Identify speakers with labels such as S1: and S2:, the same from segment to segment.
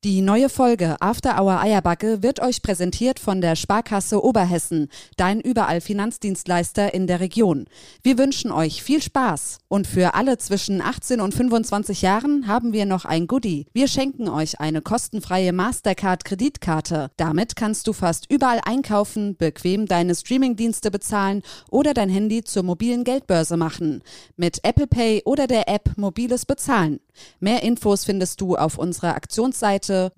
S1: Die neue Folge After Hour Eierbacke wird euch präsentiert von der Sparkasse Oberhessen, dein überall Finanzdienstleister in der Region. Wir wünschen euch viel Spaß und für alle zwischen 18 und 25 Jahren haben wir noch ein Goodie. Wir schenken euch eine kostenfreie Mastercard-Kreditkarte. Damit kannst du fast überall einkaufen, bequem deine Streamingdienste bezahlen oder dein Handy zur mobilen Geldbörse machen. Mit Apple Pay oder der App Mobiles Bezahlen. Mehr Infos findest du auf unserer Aktionsseite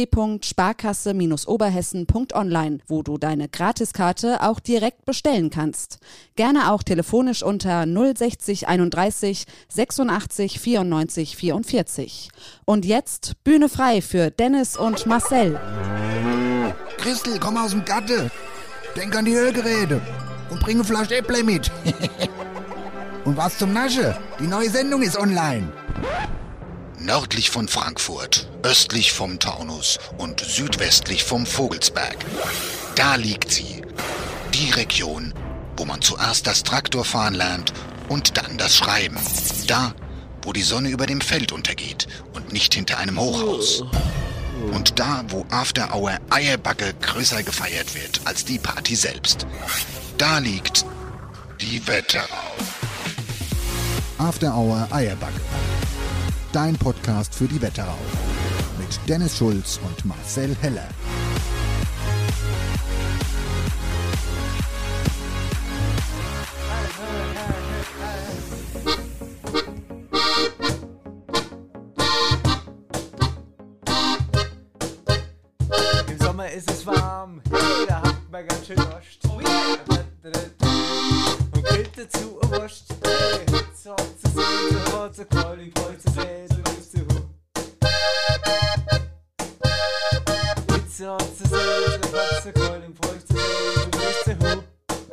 S1: www.sparkasse-oberhessen.online, wo du deine Gratiskarte auch direkt bestellen kannst. Gerne auch telefonisch unter 060 31 86 94 44. Und jetzt Bühne frei für Dennis und Marcel.
S2: Christel, komm aus dem Gatte. Denk an die Ölgeräte und bring eine Flasche Äpple mit. Und was zum Nasche? Die neue Sendung ist online.
S3: Nördlich von Frankfurt, östlich vom Taunus und südwestlich vom Vogelsberg. Da liegt sie. Die Region, wo man zuerst das Traktorfahren lernt und dann das Schreiben. Da, wo die Sonne über dem Feld untergeht und nicht hinter einem Hochhaus. Und da, wo After Hour Eierbacke größer gefeiert wird als die Party selbst. Da liegt die Wetterau.
S2: After Hour Eierbacke. Dein Podcast für die Wetterau. Mit Dennis Schulz und Marcel Heller.
S4: Im Sommer ist es warm, hey, da hat man ganz schön Durst. Oh yeah. Und grillt dazu eine Wurst. Hey, so zu sehen, so zu calling, voll zu sehen, du bist zu hoch. So zu sehen, so zu calling, voll zu sehen, du bist zu hoch.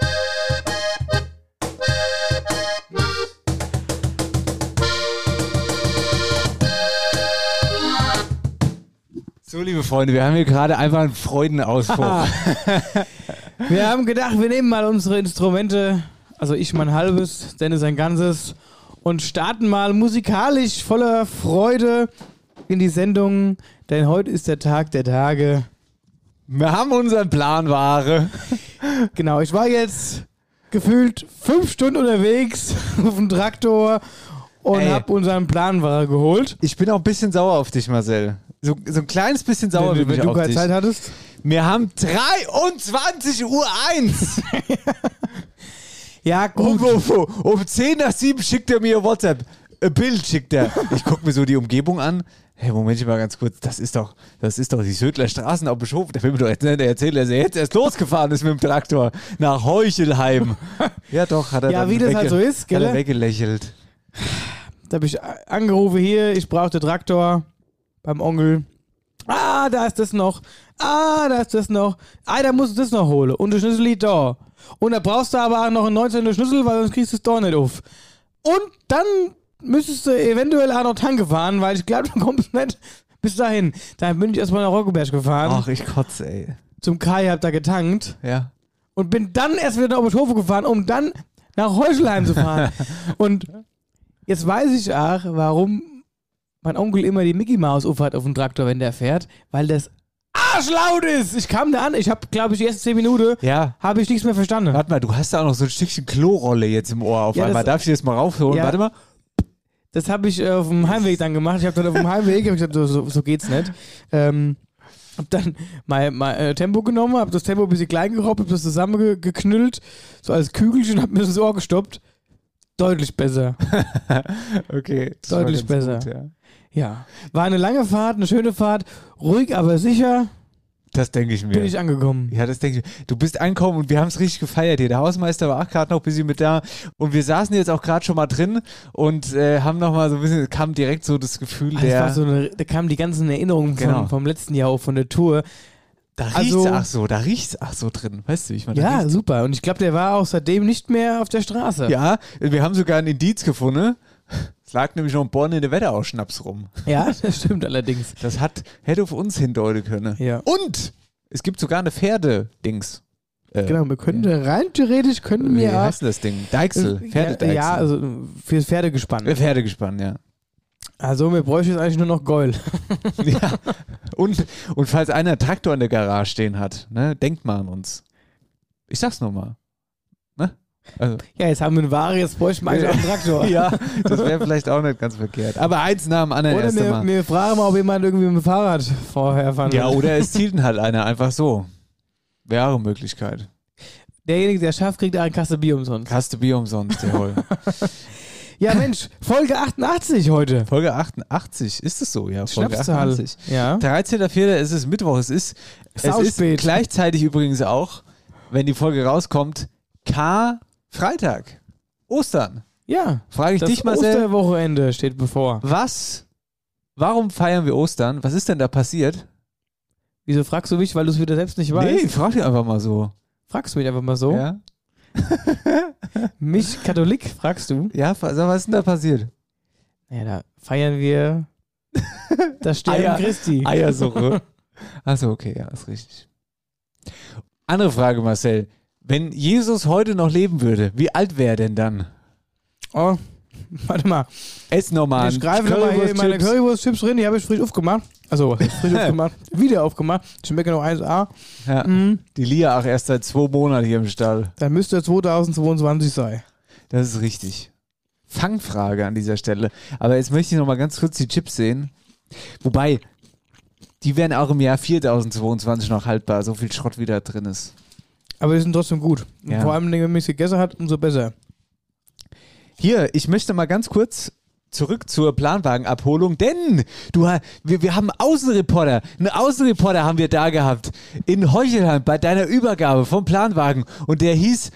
S5: So, liebe Freunde, wir haben hier gerade einfach einen Freudenausbruch.
S6: Wir haben gedacht, wir nehmen mal unsere Instrumente, also ich mein halbes, Dennis ein ganzes, und starten mal musikalisch voller Freude in die Sendung, denn heute ist der Tag der Tage.
S5: Wir haben unseren Planware.
S6: Genau, ich war jetzt gefühlt 5 Stunden unterwegs auf dem Traktor und habe unseren Planware geholt.
S5: Ich bin auch ein bisschen sauer auf dich, Marcel. So ein kleines bisschen sauer bin ich auf dich.
S6: Wenn du keine Zeit hattest.
S5: Wir haben 23:01 Uhr.
S6: Ja, gut.
S5: Um 10 nach 7 schickt er mir WhatsApp. Ein Bild schickt er. Ich gucke mir so die Umgebung an. Hey, Moment mal ganz kurz. Das ist doch die Södler Straßen auf dem Schof. Der will mir doch jetzt nicht erzählen, dass er jetzt erst losgefahren ist mit dem Traktor nach Heuchelheim. Ja doch, hat er
S6: ja,
S5: dann
S6: wie das halt so ist, gell?
S5: Hat er weggelächelt.
S6: Da habe ich angerufen hier, ich brauche den Traktor beim Onkel. Ah, da ist das noch. Ah, da ist das noch. Ah, da musst du das noch holen. Und der Schlüssel liegt da. Und da brauchst du aber auch noch einen 19. Schlüssel, weil sonst kriegst du es doch nicht auf. Und dann müsstest du eventuell auch noch Tanke fahren, weil ich glaube, du kommst nicht bis dahin. Dann bin ich erstmal nach Roggeberg gefahren.
S5: Ach, ich kotze, ey.
S6: Zum Kai, hab da getankt.
S5: Ja.
S6: Und bin dann erst wieder nach Obersthofen gefahren, um dann nach Heuchelheim zu fahren. Und jetzt weiß ich auch, warum mein Onkel immer die Mickey Maus aufhat auf dem Traktor, wenn der fährt, weil das arschlaut ist. Ich kam da an, ich habe, glaube ich, die ersten 10 Minuten habe ich nichts mehr verstanden.
S5: Warte mal, du hast da auch noch so ein Stückchen Klorolle jetzt im Ohr auf einmal. Darf ich das mal raufholen?
S6: Ja,
S5: warte mal.
S6: Das habe ich auf dem Heimweg dann gemacht. Ich habe dann auf dem Heimweg gesagt, so geht's nicht. Hab dann mein Tempo genommen, hab das Tempo ein bisschen klein gerobbt, hab das zusammengeknüllt, so als Kügelchen, hab mir das ins Ohr gestoppt. Deutlich besser.
S5: Okay.
S6: Deutlich besser.
S5: Gut,
S6: ja. War eine lange Fahrt, eine schöne Fahrt, ruhig, aber sicher.
S5: Das denke ich mir.
S6: Bin ich angekommen.
S5: Ja, das denke ich. Du bist angekommen und wir haben es richtig gefeiert hier. Der Hausmeister war auch gerade noch ein bisschen mit da und wir saßen jetzt auch gerade schon mal drin und haben noch mal so ein bisschen, kam direkt so das Gefühl,
S6: da kamen die ganzen Erinnerungen vom letzten Jahr auch von der Tour.
S5: Da riecht's auch so drin. Weißt du, wie ich meine?
S6: Ja, super. Und ich glaube, der war auch seitdem nicht mehr auf der Straße.
S5: Ja, wir haben sogar ein Indiz gefunden. Es lag nämlich noch ein Born in der Wetterau-Schnaps rum.
S6: Ja, das stimmt allerdings.
S5: Das hätte auf uns hindeuten können.
S6: Ja.
S5: Und es gibt sogar eine Pferde-Dings.
S6: Genau, wir könnten rein theoretisch
S5: wie heißt das Ding? Deichsel, Pferdedeichsel.
S6: Ja, also fürs Pferdegespann.
S5: Pferdegespann, ja.
S6: Also, wir bräuchten jetzt eigentlich nur noch Goil.
S5: Ja. Und falls einer einen Traktor in der Garage stehen hat, ne, denkt mal an uns. Ich sag's nochmal. Ne? Also.
S6: Ja, jetzt haben wir eine Ware, jetzt bräuchten wir eigentlich auch einen Traktor.
S5: Ja, das wäre vielleicht auch nicht ganz verkehrt. Aber eins nach dem anderen
S6: Oder
S5: erst einmal.
S6: wir fragen mal, ob jemand irgendwie mit dem Fahrrad vorher fahren will.
S5: Ja, oder es zielt halt einer einfach so. Wäre auch eine Möglichkeit.
S6: Derjenige, der es schafft, kriegt eine Kasse Bier umsonst.
S5: Kaste Bier umsonst, jawohl.
S6: Ja, Mensch, Folge 88 heute.
S5: Folge 88, ist es so? Ja, Folge
S6: Schnapszahl.
S5: 88.
S6: Ja.
S5: 13.04. Es ist Mittwoch. Es ist
S6: Sauspät.
S5: gleichzeitig übrigens auch, wenn die Folge rauskommt, Karfreitag. Ostern.
S6: Ja.
S5: Frage ich
S6: Das
S5: dich, Marcel.
S6: Osterwochenende steht bevor.
S5: Warum feiern wir Ostern? Was ist denn da passiert?
S6: Wieso fragst du mich, weil du es wieder selbst nicht weißt?
S5: Nee, frag dich einfach mal so.
S6: Fragst du mich einfach mal so?
S5: Ja,
S6: Mich, Katholik, fragst du?
S5: ja, was ist denn da passiert?
S6: Ja, da feiern wir das Sterben
S5: Eier.
S6: Christi.
S5: Eiersuche. Achso, okay, ja, ist richtig. Andere Frage, Marcel. Wenn Jesus heute noch leben würde, wie alt wäre er denn dann?
S6: Oh, warte mal.
S5: Ess nochmal.
S6: Ich greife nochmal hier in meine Currywurst-Chips drin, die habe ich frisch aufgemacht. Also, was heißt frisch aufgemacht? Wieder aufgemacht. Schmeckt noch 1A.
S5: Ja, die Lia auch erst seit 2 Monaten hier im Stall.
S6: Dann müsste 2022 sein.
S5: Das ist richtig. Fangfrage an dieser Stelle. Aber jetzt möchte ich noch mal ganz kurz die Chips sehen. Wobei, die wären auch im Jahr 4022 noch haltbar. So viel Schrott wie da drin ist.
S6: Aber die sind trotzdem gut. Und
S5: Ja.
S6: vor allem, wenn man es gegessen hat, umso besser.
S5: Hier, ich möchte mal ganz kurz zurück zur Planwagenabholung, denn wir haben einen Außenreporter haben wir da gehabt in Heuchelheim bei deiner Übergabe vom Planwagen und der hieß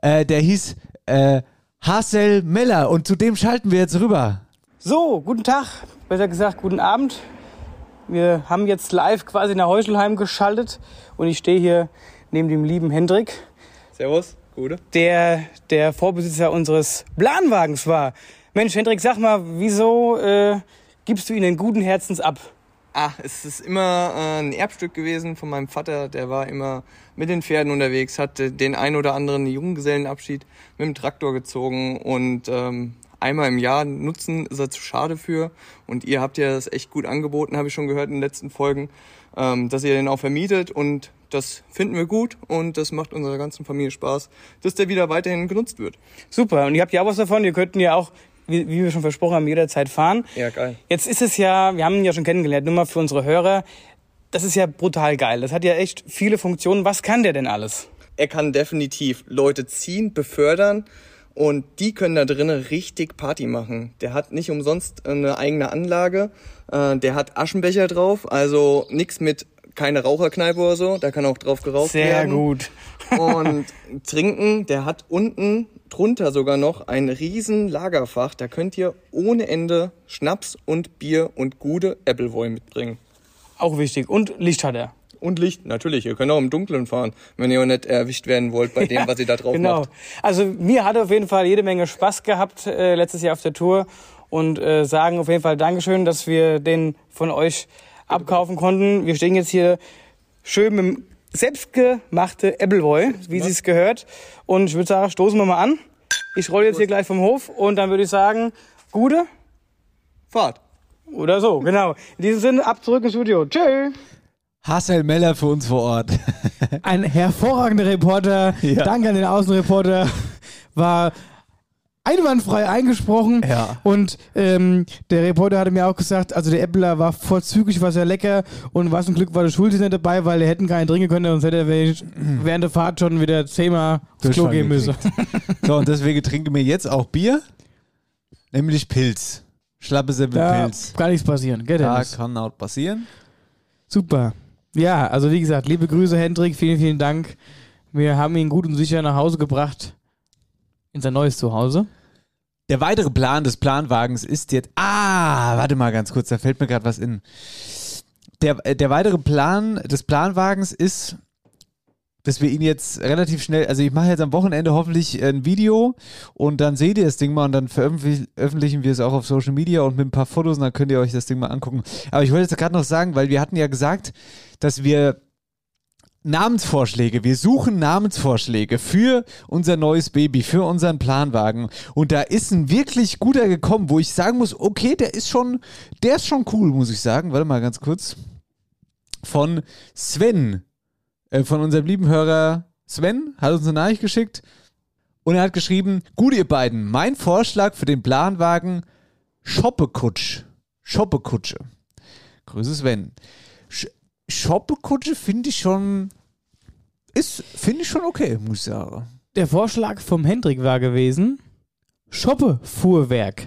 S5: Hassel Meller und zu dem schalten wir jetzt rüber.
S7: So, guten Tag, besser gesagt guten Abend. Wir haben jetzt live quasi nach Heuchelheim geschaltet und ich stehe hier neben dem lieben Hendrik,
S8: Servus, Gute.
S7: der Vorbesitzer unseres Planwagens war. Mensch, Hendrik, sag mal, wieso gibst du ihn denn guten Herzens ab?
S8: Es ist immer ein Erbstück gewesen von meinem Vater. Der war immer mit den Pferden unterwegs, hat den ein oder anderen Junggesellenabschied mit dem Traktor gezogen und einmal im Jahr nutzen ist er zu schade für. Und ihr habt ja das echt gut angeboten, habe ich schon gehört in den letzten Folgen, dass ihr den auch vermietet und das finden wir gut und das macht unserer ganzen Familie Spaß, dass der wieder weiterhin genutzt wird.
S7: Super, und ihr habt ja auch was davon, ihr könnten ja auch, wie wir schon versprochen haben, jederzeit fahren.
S8: Ja, geil.
S7: Jetzt ist es ja, wir haben ihn ja schon kennengelernt, nur mal für unsere Hörer, das ist ja brutal geil. Das hat ja echt viele Funktionen. Was kann der denn alles?
S8: Er kann definitiv Leute ziehen, befördern und die können da drinnen richtig Party machen. Der hat nicht umsonst eine eigene Anlage, der hat Aschenbecher drauf, also nix mit keine Raucherkneipe oder so, da kann auch drauf geraucht werden.
S7: Sehr gut.
S8: Und trinken, der hat unten drunter sogar noch ein riesen Lagerfach, da könnt ihr ohne Ende Schnaps und Bier und gute Appleboy mitbringen.
S7: Auch wichtig. Und Licht hat er.
S8: Und Licht, natürlich. Ihr könnt auch im Dunkeln fahren, wenn ihr auch nicht erwischt werden wollt bei dem, was ihr da drauf
S7: Genau.
S8: macht.
S7: Also mir hat auf jeden Fall jede Menge Spaß gehabt letztes Jahr auf der Tour und sagen auf jeden Fall Dankeschön, dass wir den von euch abkaufen konnten. Wir stehen jetzt hier schön mit dem selbstgemachten Appleboy, wie sie es gehört. Und ich würde sagen, stoßen wir mal an. Ich rolle jetzt hier gleich vom Hof und dann würde ich sagen, gute
S8: Fahrt.
S7: oder so, genau. In diesem Sinne, ab zurück ins Studio. Tschö.
S5: Hassel Meller für uns vor Ort.
S6: Ein hervorragender Reporter.
S5: Ja.
S6: Danke an den Außenreporter. War einwandfrei eingesprochen.
S5: Ja.
S6: Und der Reporter hatte mir auch gesagt, also der Äppler war vorzüglich, war sehr lecker. Und was ein Glück war der Schulze nicht dabei, weil er hätten keinen trinken können, sonst hätte er während der Fahrt schon wieder 10-mal aufs Klo gehen müssen.
S5: So, und deswegen trinken wir jetzt auch Bier, nämlich Pilz. Schlappe mit
S6: Da
S5: Pilz.
S6: kann nichts passieren, gell,
S5: Da
S6: Dennis?
S5: kann auch passieren.
S6: Super. Ja, also wie gesagt, liebe Grüße, Hendrik, vielen, vielen Dank. Wir haben ihn gut und sicher nach Hause gebracht. In sein neues Zuhause.
S5: Der weitere Plan des Planwagens ist jetzt... warte mal ganz kurz, da fällt mir gerade was in. Der weitere Plan des Planwagens ist, dass wir ihn jetzt relativ schnell... Also ich mache jetzt am Wochenende hoffentlich ein Video und dann seht ihr das Ding mal und dann veröffentlichen wir es auch auf Social Media und mit ein paar Fotos und dann könnt ihr euch das Ding mal angucken. Aber ich wollte jetzt gerade noch sagen, weil wir hatten ja gesagt, dass wir Namensvorschläge. Wir suchen Namensvorschläge für unser neues Baby, für unseren Planwagen. Und da ist ein wirklich guter gekommen, wo ich sagen muss, okay, der ist schon cool, muss ich sagen. Warte mal ganz kurz. Von Sven, von unserem lieben Hörer Sven, hat uns eine Nachricht geschickt. Und er hat geschrieben, gut ihr beiden, mein Vorschlag für den Planwagen, Schoppekutsche. Grüße Sven. Schoppekutsche finde ich schon okay, muss ich sagen.
S6: Der Vorschlag vom Hendrik war gewesen, Schoppefuhrwerk.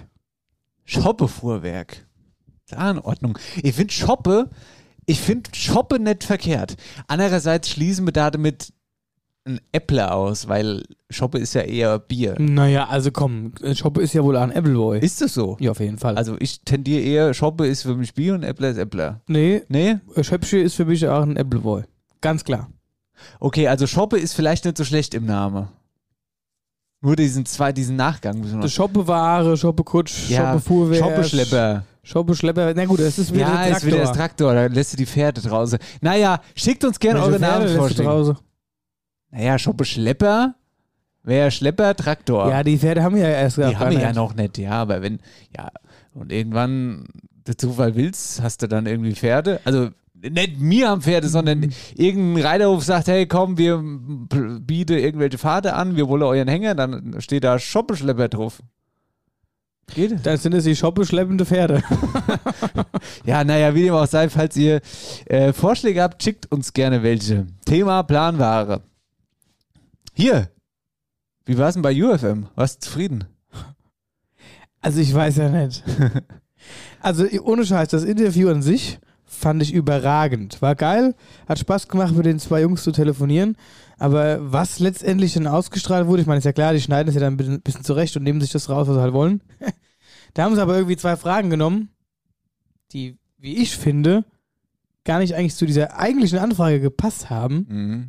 S5: Ja, in Ordnung. Ich finde Schoppe nicht verkehrt. Andererseits schließen wir damit ein Äppler aus, weil Schoppe ist ja eher Bier.
S6: Naja, also komm, Schoppe ist ja wohl ein Appleboy.
S5: Ist das so?
S6: Ja, auf jeden Fall.
S5: Also ich tendiere eher, Schoppe ist für mich Bier und Äppler ist Äppler.
S6: Nee? Schöpfsche ist für mich auch ein Appleboy. Ganz klar.
S5: Okay, also Schoppe ist vielleicht nicht so schlecht im Namen. Nur diesen Nachgang.
S6: Das Schoppeware, Schoppekutsch,
S5: ja,
S6: Schoppefuhrwerk. Schoppeschlepper. Na gut, das ist wieder der Traktor. Ja, ist wieder das
S5: Traktor, da lässt du die Pferde draußen. Naja, schickt uns gerne eure Namensvorschläge. Naja, Schoppeschlepper wäre Schlepper, Traktor.
S6: Ja, die Pferde haben wir ja erst gehabt.
S5: Die haben wir ja noch nicht, ja, aber und irgendwann der Zufall willst, hast du dann irgendwie Pferde. Also nicht wir haben Pferde, sondern irgendein Reiterhof sagt, hey komm, wir bieten irgendwelche Pfade an, wir wollen euren Hänger, dann steht da Schoppeschlepper drauf. Geht?
S6: Dann sind es die schoppeschleppende Pferde.
S5: Ja, naja, wie dem auch sei, falls ihr Vorschläge habt, schickt uns gerne welche. Thema Planware. Hier, wie war es denn bei UFM? Warst du zufrieden?
S6: Also ich weiß ja nicht. Also ohne Scheiß, das Interview an sich fand ich überragend. War geil, hat Spaß gemacht, mit den zwei Jungs zu telefonieren. Aber was letztendlich dann ausgestrahlt wurde, ich meine, ist ja klar, die schneiden es ja dann ein bisschen zurecht und nehmen sich das raus, was sie halt wollen. Da haben sie aber irgendwie zwei Fragen genommen, die, wie ich finde, gar nicht eigentlich zu dieser eigentlichen Anfrage gepasst haben.
S5: Mhm.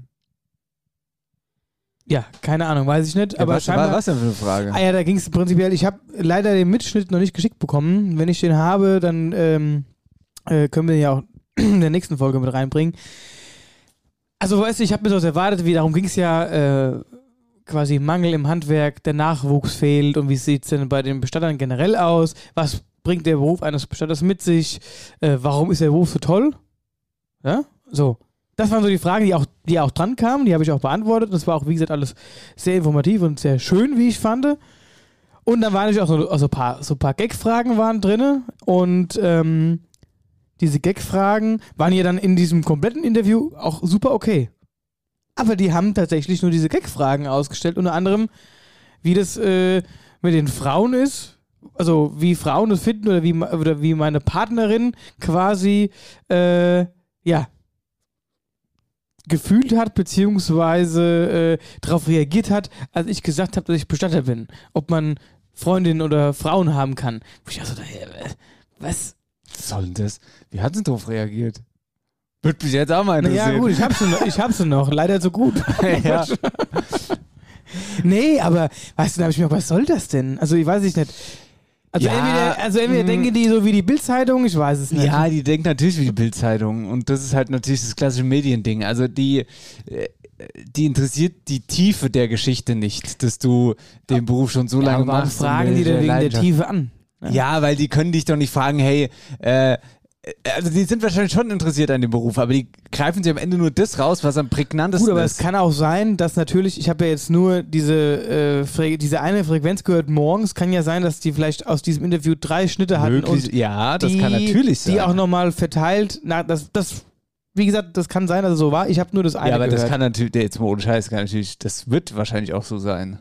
S6: Ja, keine Ahnung, weiß ich nicht.
S5: Ja,
S6: aber
S5: was denn für eine Frage?
S6: Ah ja, da ging es prinzipiell, ich habe leider den Mitschnitt noch nicht geschickt bekommen. Wenn ich den habe, dann können wir den ja auch in der nächsten Folge mit reinbringen. Also weißt du, ich habe mir sowas erwartet, darum ging es ja quasi Mangel im Handwerk, der Nachwuchs fehlt und wie sieht es denn bei den Bestattern generell aus? Was bringt der Beruf eines Bestatters mit sich? Warum ist der Beruf so toll? Ja, so. Das waren so die Fragen, die auch dran kamen, die habe ich auch beantwortet. Das war auch, wie gesagt, alles sehr informativ und sehr schön, wie ich fand. Und dann waren natürlich auch so ein paar Gag-Fragen waren drin und diese Gag-Fragen waren ja dann in diesem kompletten Interview auch super okay. Aber die haben tatsächlich nur diese Gag-Fragen ausgestellt, unter anderem, wie das mit den Frauen ist, also wie Frauen das finden oder wie meine Partnerin quasi, gefühlt hat, beziehungsweise darauf reagiert hat, als ich gesagt habe, dass ich Bestatter bin. Ob man Freundinnen oder Frauen haben kann. Wo ich also daher, was?
S5: Was soll denn das? Wie hat sie darauf reagiert? Würde mich jetzt auch mal interessieren.
S6: Ja gut, ich hab sie noch. Leider so gut. Ja. Nee, aber weißt du, da habe ich mir gedacht, was soll das denn? Also ich weiß nicht. Also ja, entweder denken die so wie die Bild-Zeitung, ich weiß es nicht.
S5: Ja, die denken natürlich wie die Bild-Zeitung und das ist halt natürlich das klassische Mediending. Also die interessiert die Tiefe der Geschichte nicht, dass du den Beruf schon so lange machst.
S6: Warum fragen die denn wegen der Tiefe an?
S5: Ja, weil die können dich doch nicht fragen, hey, also die sind wahrscheinlich schon interessiert an dem Beruf, aber die greifen sich am Ende nur das raus, was am prägnantesten ist.
S6: Gut, aber es kann auch sein, dass natürlich, ich habe ja jetzt nur diese eine Frequenz gehört morgens, kann ja sein, dass die vielleicht aus diesem Interview 3 Schnitte hatten und
S5: ja, das kann natürlich sein.
S6: Die auch nochmal verteilt, wie gesagt, das kann sein, dass es so war, ich habe nur das eine gehört. Ja, aber
S5: das kann natürlich, jetzt mal ohne Scheiß, das wird wahrscheinlich auch so sein.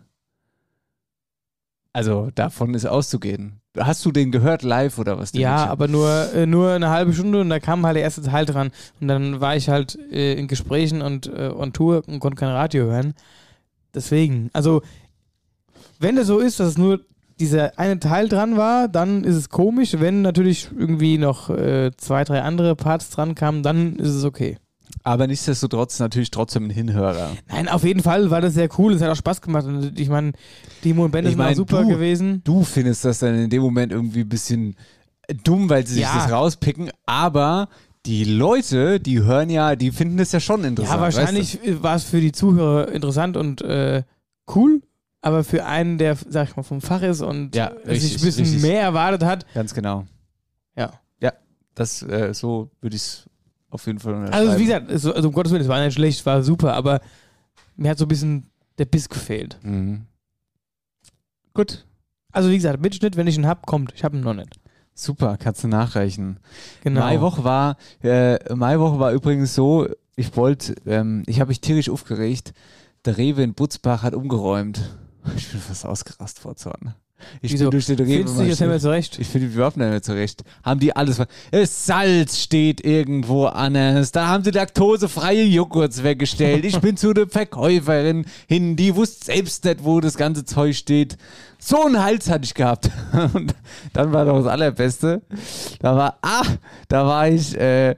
S5: Also davon ist auszugehen. Hast du den gehört live oder was?
S6: Ja, aber nur eine halbe Stunde und da kam halt der erste Teil dran. Und dann war ich halt in Gesprächen und on Tour und konnte kein Radio hören. Deswegen, also wenn das so ist, dass es nur dieser eine Teil dran war, dann ist es komisch. Wenn natürlich irgendwie noch 2, 3 andere Parts dran kamen, dann ist es okay.
S5: Aber nichtsdestotrotz natürlich trotzdem ein Hinhörer.
S6: Nein, auf jeden Fall war das sehr cool. Es hat auch Spaß gemacht. Und ich meine, die Momente waren super gewesen.
S5: Du findest das dann in dem Moment irgendwie ein bisschen dumm, weil sie sich das rauspicken. Aber die Leute, die hören ja, die finden das ja schon interessant.
S6: Ja, wahrscheinlich war es für die Zuhörer interessant und cool, aber für einen, der, sag ich mal, vom Fach ist und sich ein bisschen mehr erwartet hat.
S5: Ganz genau.
S6: Ja.
S5: Ja, das so würde ich es auf jeden Fall unterschreiben.
S6: Also wie gesagt, also um Gottes Willen, es war nicht schlecht, war super, aber mir hat so ein bisschen der Biss gefehlt.
S5: Mhm. Gut.
S6: Also wie gesagt, Mitschnitt, wenn ich ihn hab, kommt. Ich habe ihn noch nicht.
S5: Super, kannst du nachreichen.
S6: Genau.
S5: Maiwoche war übrigens so, ich habe mich tierisch aufgeregt. Der Rewe in Butzbach hat umgeräumt. Ich bin fast ausgerastet vor Zorn.
S6: Wieso?
S5: Durch den Rewe.
S6: Findest du dich jetzt nicht mehr zurecht?
S5: Ich finde überhaupt nicht mehr zurecht. Haben die alles. Das Salz steht irgendwo anders. Da haben sie laktosefreie Joghurts weggestellt. Ich bin zu der Verkäuferin hin. Die wusste selbst nicht, wo das ganze Zeug steht. So einen Hals hatte ich gehabt. Und dann war doch das Allerbeste. Da war ich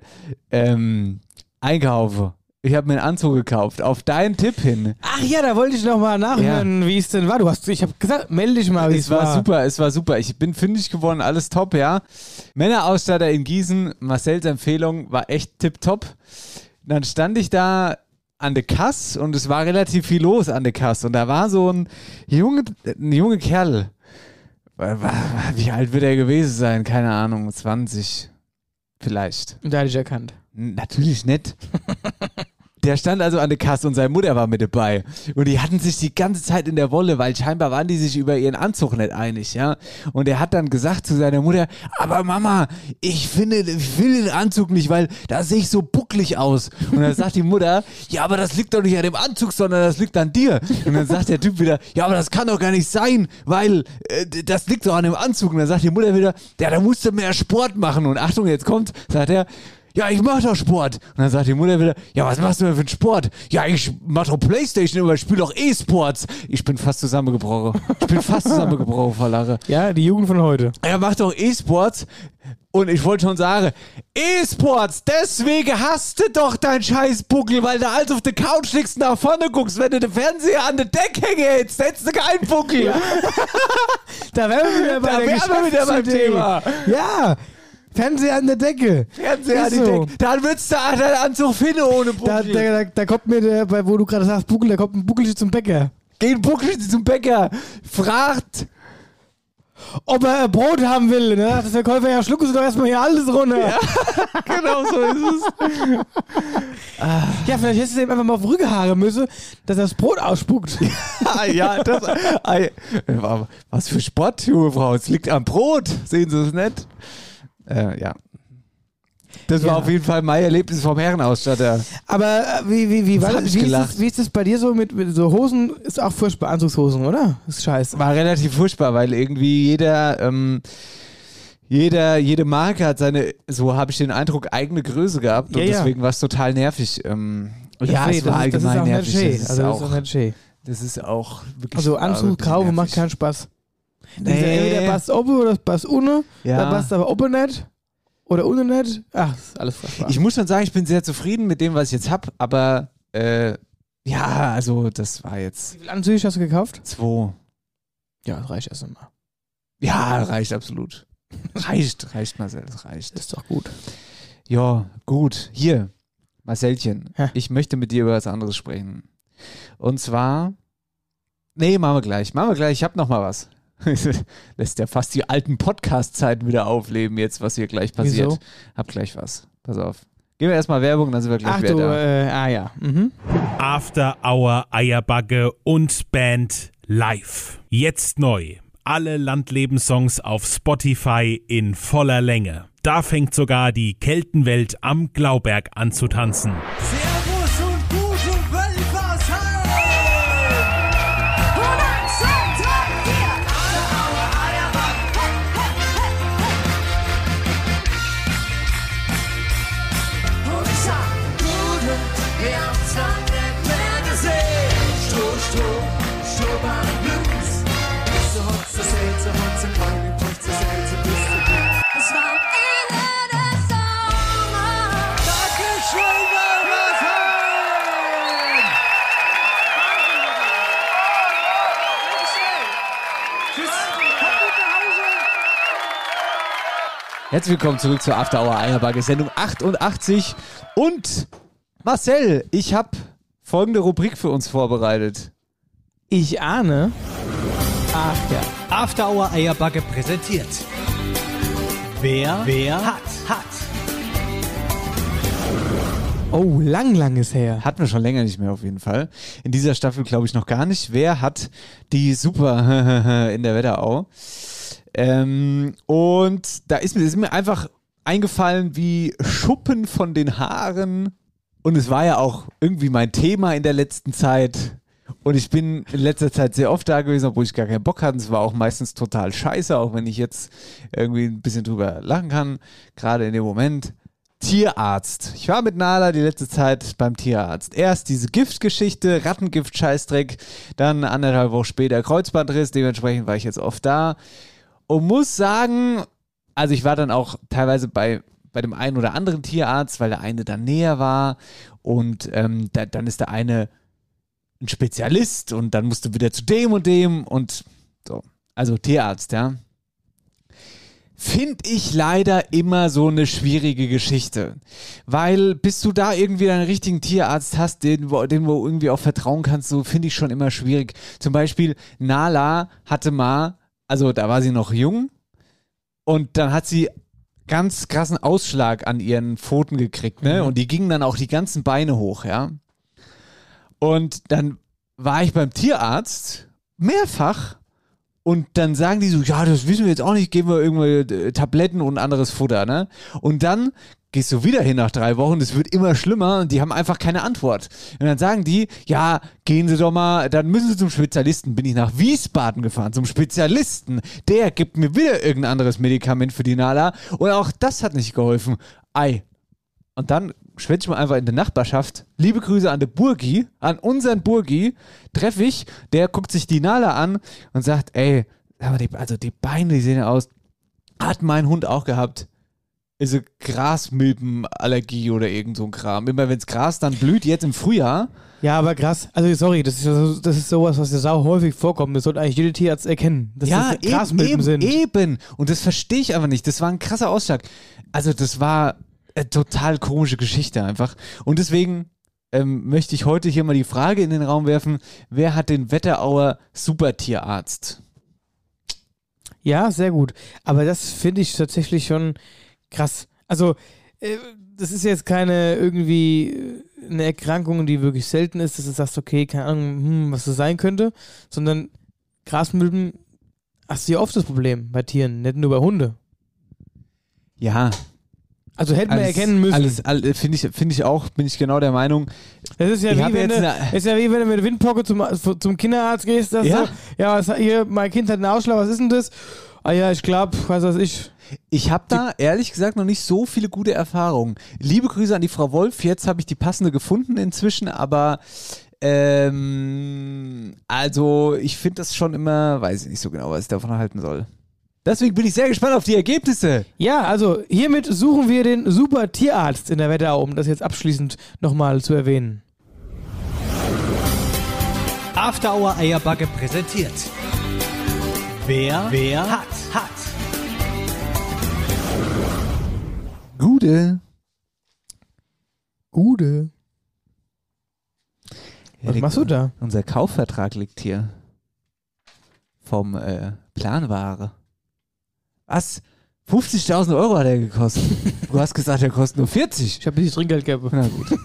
S5: einkaufen. Ich habe mir einen Anzug gekauft, auf deinen Tipp hin.
S6: Ach ja, da wollte ich noch mal nachhören, wie es denn war. Ich habe gesagt, melde dich mal, wie es war.
S5: Es war super. Ich bin fündig geworden, alles top, ja. Männerausstatter in Gießen, Marcells Empfehlung war echt tipptopp. Dann stand ich da an der Kasse und es war relativ viel los an der Kasse. Und da war so ein junger Kerl. Wie alt wird er gewesen sein? Keine Ahnung, 20 vielleicht.
S6: Und da hatte ich erkannt.
S5: Natürlich nicht. Der stand also an der Kasse und seine Mutter war mit dabei. Und die hatten sich die ganze Zeit in der Wolle, weil scheinbar waren die sich über ihren Anzug nicht einig, ja. Und er hat dann gesagt zu seiner Mutter, aber Mama, ich will den Anzug nicht, weil da sehe ich so bucklig aus. Und dann sagt die Mutter, ja, aber das liegt doch nicht an dem Anzug, sondern das liegt an dir. Und dann sagt der Typ wieder, ja, aber das kann doch gar nicht sein, weil das liegt doch an dem Anzug. Und dann sagt die Mutter wieder, ja, da musst du mehr Sport machen. Und Achtung, jetzt kommt, sagt er, ja, ich mach doch Sport. Und dann sagt die Mutter wieder, ja, was machst du denn für einen Sport? Ja, ich mach doch Playstation, aber ich spiele doch E-Sports. Ich bin fast zusammengebrochen. Vor Lache.
S6: Ja, die Jugend von heute.
S5: Er macht doch E-Sports. Und ich wollte schon sagen, E-Sports, deswegen hast du doch dein scheiß Buckel, weil du alles auf der Couch liegst und nach vorne guckst. Wenn du den Fernseher an der Decke hängst, hättest du keinen Buckel. Ja.
S6: Da wären wir wieder beim Thema. Ja. Fernseher an der Decke.
S5: Decke. Dann würdest du deinen Anzug finden ohne Buckel.
S6: Da kommt mir, wo du gerade sagst, Buckel, da kommt ein Buckel zum Bäcker.
S5: Geh ein Buckel zum Bäcker. Fragt,
S6: ob er Brot haben will. Ne? Das Verkäufer, ja, schlucken Sie doch erstmal hier alles runter. Ja,
S5: genau so ist es.
S6: Ja, vielleicht hättest du ihm einfach mal auf den Rücken haaren müssen, dass er das Brot ausspuckt.
S5: Ja, was für Sport, junge Frau. Es liegt am Brot. Sehen Sie es nicht? Ja. Das war auf jeden Fall mein Erlebnis vom Herrenausstatter.
S6: Aber wie ist das bei dir so mit so Hosen? Ist auch furchtbar, Anzugshosen, oder? Ist scheiße.
S5: War relativ furchtbar, weil irgendwie jede Marke hat seine, so habe ich den Eindruck, eigene Größe gehabt und deswegen war es total nervig. Es war allgemein nervig. Das ist auch wirklich.
S6: Also Anzug kaufen macht keinen Spaß. Entweder passt oben oder passt unten. Ja. Da passt aber oben nicht. Oder unten nicht. Ach, das ist alles furchtbar.
S5: Ich muss schon sagen, ich bin sehr zufrieden mit dem, was ich jetzt habe, aber also das war jetzt.
S6: Wie viele Anzüge hast du gekauft?
S5: 2.
S6: Ja, das reicht erst einmal.
S5: Ja, reicht absolut. Reicht, Marcel, das reicht.
S6: Ist doch gut.
S5: Ja, gut. Hier, Marcelchen, ich möchte mit dir über was anderes sprechen. Und zwar. Nee, machen wir gleich. Ich hab noch mal was. Lässt ja fast die alten Podcast-Zeiten wieder aufleben jetzt, was hier gleich passiert.
S6: Wieso?
S5: Hab gleich was. Pass auf. Gehen wir erstmal Werbung, dann sind wir gleich wieder da.
S6: Ja. Mhm.
S9: After Hour Eierbacke und Band live. Jetzt neu. Alle Landlebenssongs auf Spotify in voller Länge. Da fängt sogar die Keltenwelt am Glauberg an zu tanzen.
S4: Servus und gute Wölfersheim! Und 1, 2, 3, 4! Alle Aue Eierback! Und ich sag, gute, wir haben's lang nicht mehr gesehen. Stroh, beim Blues. Hotze, Selze, Hotze, Kleine, Hotze, Selze, bist du gut. Es war am Ende des Sommers. Dankeschön, Wölfersheim! Tschüss, kommt gut nach Hause.
S5: Herzlich willkommen zurück zur After Hour Eierbagge, Sendung 88. Und Marcel, ich habe folgende Rubrik für uns vorbereitet.
S6: Ich ahne. Ach ja.
S10: After Hour Eierbagge präsentiert. Wer hat.
S6: Oh, lang ist her.
S5: Hatten wir schon länger nicht mehr auf jeden Fall. In dieser Staffel glaube ich noch gar nicht. Wer hat die Super in der Wetterau? Und da ist mir einfach eingefallen wie Schuppen von den Haaren. Und es war ja auch irgendwie mein Thema in der letzten Zeit. Und ich bin in letzter Zeit sehr oft da gewesen, obwohl ich gar keinen Bock hatte. Es war auch meistens total scheiße, auch wenn ich jetzt irgendwie ein bisschen drüber lachen kann. Gerade in dem Moment. Tierarzt. Ich war mit Nala die letzte Zeit beim Tierarzt. Erst diese Giftgeschichte, Rattengift-Scheißdreck, dann 1,5 Wochen später Kreuzbandriss, dementsprechend war ich jetzt oft da und muss sagen, also ich war dann auch teilweise bei dem einen oder anderen Tierarzt, weil der eine dann näher war und dann ist der eine ein Spezialist und dann musst du wieder zu dem und dem und so. Also Tierarzt, ja. Finde ich leider immer so eine schwierige Geschichte. Weil bis du da irgendwie einen richtigen Tierarzt hast, den du irgendwie auch vertrauen kannst, so finde ich schon immer schwierig. Zum Beispiel Nala hatte mal, also da war sie noch jung und dann hat sie ganz krassen Ausschlag an ihren Pfoten gekriegt, ne? Und die gingen dann auch die ganzen Beine hoch, ja. Und dann war ich beim Tierarzt mehrfach. Und dann sagen die so, ja, das wissen wir jetzt auch nicht, geben wir irgendwelche Tabletten und anderes Futter, ne? Und dann gehst du wieder hin nach 3 Wochen, das wird immer schlimmer und die haben einfach keine Antwort. Und dann sagen die, ja, gehen Sie doch mal, dann müssen Sie zum Spezialisten. Bin ich nach Wiesbaden gefahren, zum Spezialisten. Der gibt mir wieder irgendein anderes Medikament für die Nala und auch das hat nicht geholfen. Ei. Und dann schwätze ich mal einfach in der Nachbarschaft. Liebe Grüße an den Burgi, an unseren Burgi, treffe ich, der guckt sich die Nala an und sagt, ey, die Beine, die sehen ja aus, hat mein Hund auch gehabt. Ist eine Grasmilbenallergie oder irgend so ein Kram. Immer wenn es Gras dann blüht, jetzt im Frühjahr.
S6: Ja, aber Gras, also sorry, das ist sowas, was ja sau häufig vorkommt. Das sollte eigentlich jeder Tierarzt erkennen, dass das Grasmilben sind.
S5: Eben. Und das verstehe ich einfach nicht. Das war ein krasser Ausschlag. Also das war total komische Geschichte einfach. Und deswegen möchte ich heute hier mal die Frage in den Raum werfen, wer hat den Wetterauer Supertierarzt?
S6: Ja, sehr gut. Aber das finde ich tatsächlich schon krass. Also, das ist jetzt keine irgendwie eine Erkrankung, die wirklich selten ist, dass du sagst, okay, keine Ahnung, was das sein könnte, sondern Grasmilben hast du ja oft das Problem bei Tieren, nicht nur bei Hunde.
S5: Ja.
S6: Also hätten wir erkennen müssen.
S5: Finde ich auch, bin ich genau der Meinung.
S6: Das ist ja wie wenn du mit der Windpocke zum Kinderarzt gehst, dass
S5: ja?
S6: du, ja, hier, mein Kind hat einen Ausschlag, was ist denn das? Ah ja, ich glaube, was ich.
S5: Ich habe da ehrlich gesagt noch nicht so viele gute Erfahrungen. Liebe Grüße an die Frau Wolf, jetzt habe ich die passende gefunden inzwischen, aber also ich finde das schon immer, weiß ich nicht so genau, was ich davon halten soll. Deswegen bin ich sehr gespannt auf die Ergebnisse.
S6: Ja, also hiermit suchen wir den super Tierarzt in der Wetterau, um das jetzt abschließend nochmal zu erwähnen.
S10: After Hour Eierbagge präsentiert. Wer hat.
S5: Gude.
S6: Was machst du da?
S5: Unser Kaufvertrag liegt hier. Vom Planware. Was? 50.000 Euro hat er gekostet. Du hast gesagt, er kostet nur 40.
S6: Ich habe ein bisschen Trinkgeld gehabt.
S5: Na gut.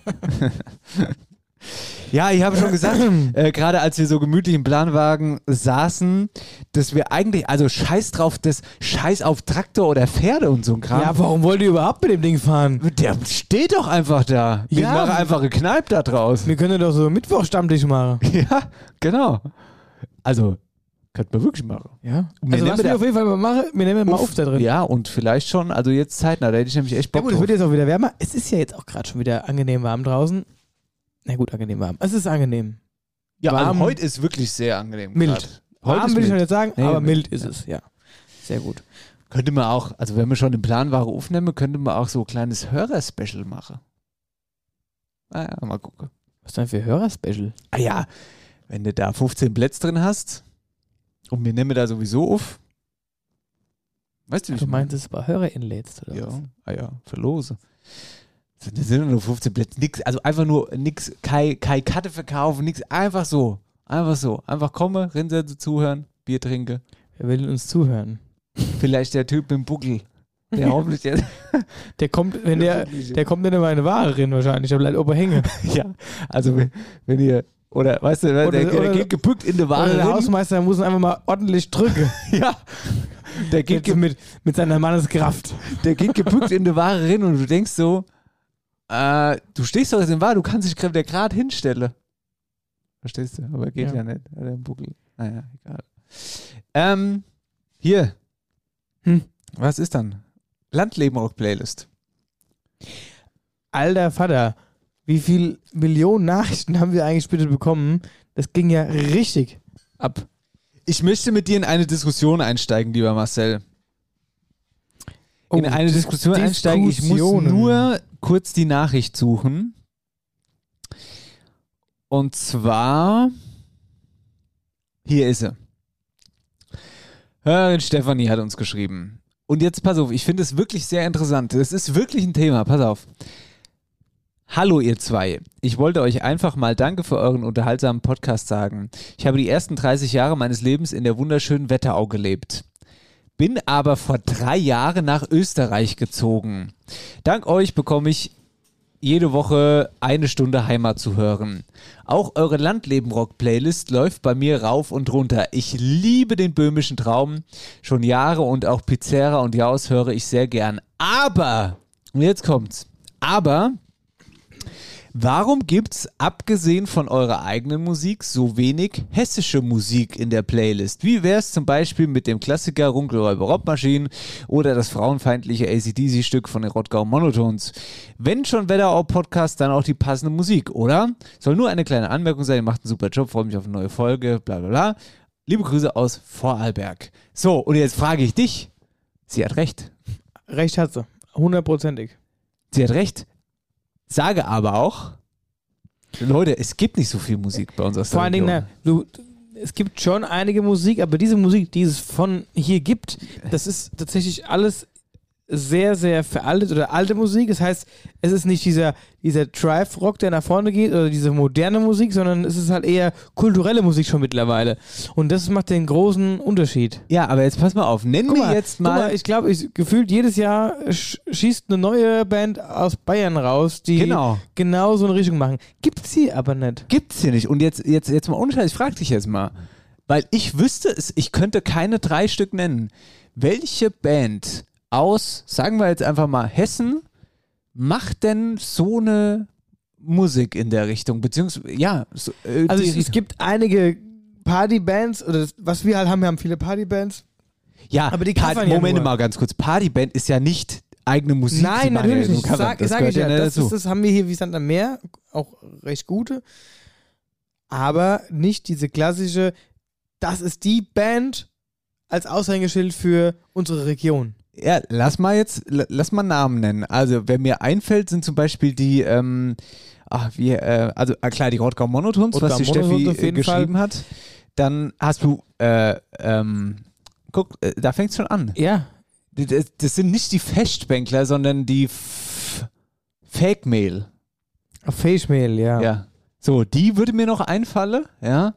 S5: Ja, ich habe schon gesagt, gerade als wir so gemütlich im Planwagen saßen, dass wir eigentlich, also scheiß auf Traktor oder Pferde und so ein Kram.
S6: Ja, warum wollt ihr überhaupt mit dem Ding fahren?
S5: Der steht doch einfach da. Wir machen einfach eine Kneipe da draußen.
S6: Wir können doch so Mittwoch-Stammtisch machen.
S5: Ja, genau. Also, könnten wir wirklich machen.
S6: Ja. Also was wir auf jeden Fall mal machen, wir nehmen mal auf da drin.
S5: Ja, und vielleicht schon, also jetzt zeitnah, da hätte ich nämlich echt Bock
S6: drauf. Ja gut, es wird jetzt auch wieder wärmer. Es ist ja jetzt auch gerade schon wieder angenehm warm draußen. Na gut, angenehm warm. Es ist angenehm.
S5: Ja, warm, also heute ist wirklich sehr angenehm.
S6: Mild. Warm will ich noch nicht sagen, aber mild ist es, ja. Sehr gut.
S5: Könnte man auch, also wenn wir schon den Planware aufnehmen, könnte man auch so ein kleines Hörer-Special machen. Ah ja, mal gucken.
S6: Was denn für Hörer-Special?
S5: Ah ja, wenn du da 15 Plätze drin hast und wir nehmen da sowieso auf, Weißt du, wie
S6: Du
S5: ich meine?
S6: meinst, es war HörerInnen lädst, oder
S5: Ja,
S6: was?
S5: verlose. Das sind nur 15 Plätze, nix, also einfach nur nix, keine Karte verkaufen, nix, einfach so. Einfach komme, rinse, zuhören, Bier trinke.
S6: Wer will uns zuhören?
S5: Vielleicht der Typ mit dem Buckel, der hoffentlich jetzt.
S6: Der kommt, der kommt nicht in meine Ware rein wahrscheinlich, der bleibt oben hängen.
S5: Ja, also wenn ihr, oder weißt du, der geht gebückt in die Ware
S6: Oder der
S5: rein.
S6: Hausmeister muss ihn einfach mal ordentlich drücken.
S5: Ja, der geht
S6: mit seiner Manneskraft.
S5: Der geht gebückt in die Ware rein und du denkst so, du stehst doch jetzt in Ware, du kannst dich gerade hinstellen. Verstehst du? Aber geht ja nicht. Der Buckel. Naja, egal. Hier. Was ist dann? Landleben-Rock-Playlist.
S6: Alter Vater, wie viel Millionen Nachrichten haben wir eigentlich bitte bekommen? Das ging ja richtig ab.
S5: Ich möchte mit dir in eine Diskussion einsteigen, lieber Marcel. In eine Diskussion einsteigen. Ich muss nur kurz die Nachricht suchen. Und zwar, hier ist sie. Hörerin Stefanie hat uns geschrieben. Und jetzt pass auf, ich finde es wirklich sehr interessant. Es ist wirklich ein Thema, pass auf. Hallo ihr zwei. Ich wollte euch einfach mal Danke für euren unterhaltsamen Podcast sagen. Ich habe die ersten 30 Jahre meines Lebens in der wunderschönen Wetterau gelebt. Bin aber vor 3 Jahren nach Österreich gezogen. Dank euch bekomme ich jede Woche 1 Stunde Heimat zu hören. Auch eure Landleben-Rock-Playlist läuft bei mir rauf und runter. Ich liebe den böhmischen Traum schon Jahre und auch Pizzeria und Jaus höre ich sehr gern. Aber, und jetzt kommt's, aber warum gibt's, abgesehen von eurer eigenen Musik, so wenig hessische Musik in der Playlist? Wie wär's zum Beispiel mit dem Klassiker Runkelräuber Robmaschinen oder das frauenfeindliche AC/DC-Stück von den Rottgau Monotones? Wenn schon Wetterau-Podcast, dann auch die passende Musik, oder? Soll nur eine kleine Anmerkung sein, ihr macht einen super Job, freue mich auf eine neue Folge, bla bla bla. Liebe Grüße aus Vorarlberg. So, und jetzt frage ich dich, sie hat recht.
S6: Recht hat sie, 100%.
S5: Sie hat recht. Sage aber auch, Leute, es gibt nicht so viel Musik bei uns aus der
S6: Vor allen Dingen, es gibt schon einige Musik, aber diese Musik, die es von hier gibt, das ist tatsächlich alles sehr, sehr veraltet oder alte Musik. Das heißt, es ist nicht dieser Drive-Rock, der nach vorne geht oder diese moderne Musik, sondern es ist halt eher kulturelle Musik schon mittlerweile. Und das macht den großen Unterschied.
S5: Ja, aber jetzt pass mal auf, nenn mir jetzt mal.
S6: Ich glaube, gefühlt jedes Jahr schießt eine neue Band aus Bayern raus, die genau so eine Richtung machen. Gibt's sie aber nicht.
S5: Gibt's hier nicht. Und jetzt mal ohne Scheiß, ich frag dich jetzt mal. Weil ich wüsste es, ich könnte keine 3 Stück nennen. Welche Band aus, sagen wir jetzt einfach mal, Hessen, macht denn so eine Musik in der Richtung? Beziehungsweise, ja.
S6: Also es gibt einige Partybands, oder was wir halt haben, wir haben viele Partybands.
S5: Ja,
S6: aber die covern ja
S5: Moment
S6: nur.
S5: mal ganz kurz. Partyband ist ja nicht eigene Musik.
S6: Nein, natürlich nicht. Sag ich ja.
S5: Das
S6: haben wir hier wie Sand am Meer, auch recht gute. Aber nicht diese klassische, das ist die Band als Aushängeschild für unsere Region.
S5: Ja, lass mal Namen nennen. Also, wer mir einfällt, sind zum Beispiel die, klar, die Rottgau Monotones, was die Steffi geschrieben hat. Dann hast du, guck, da fängt es schon an.
S6: Ja.
S5: Das sind nicht die Festbänkler, sondern die Fake-Mail.
S6: Fake-Mail, ja.
S5: Ja. So, die würde mir noch einfallen, ja.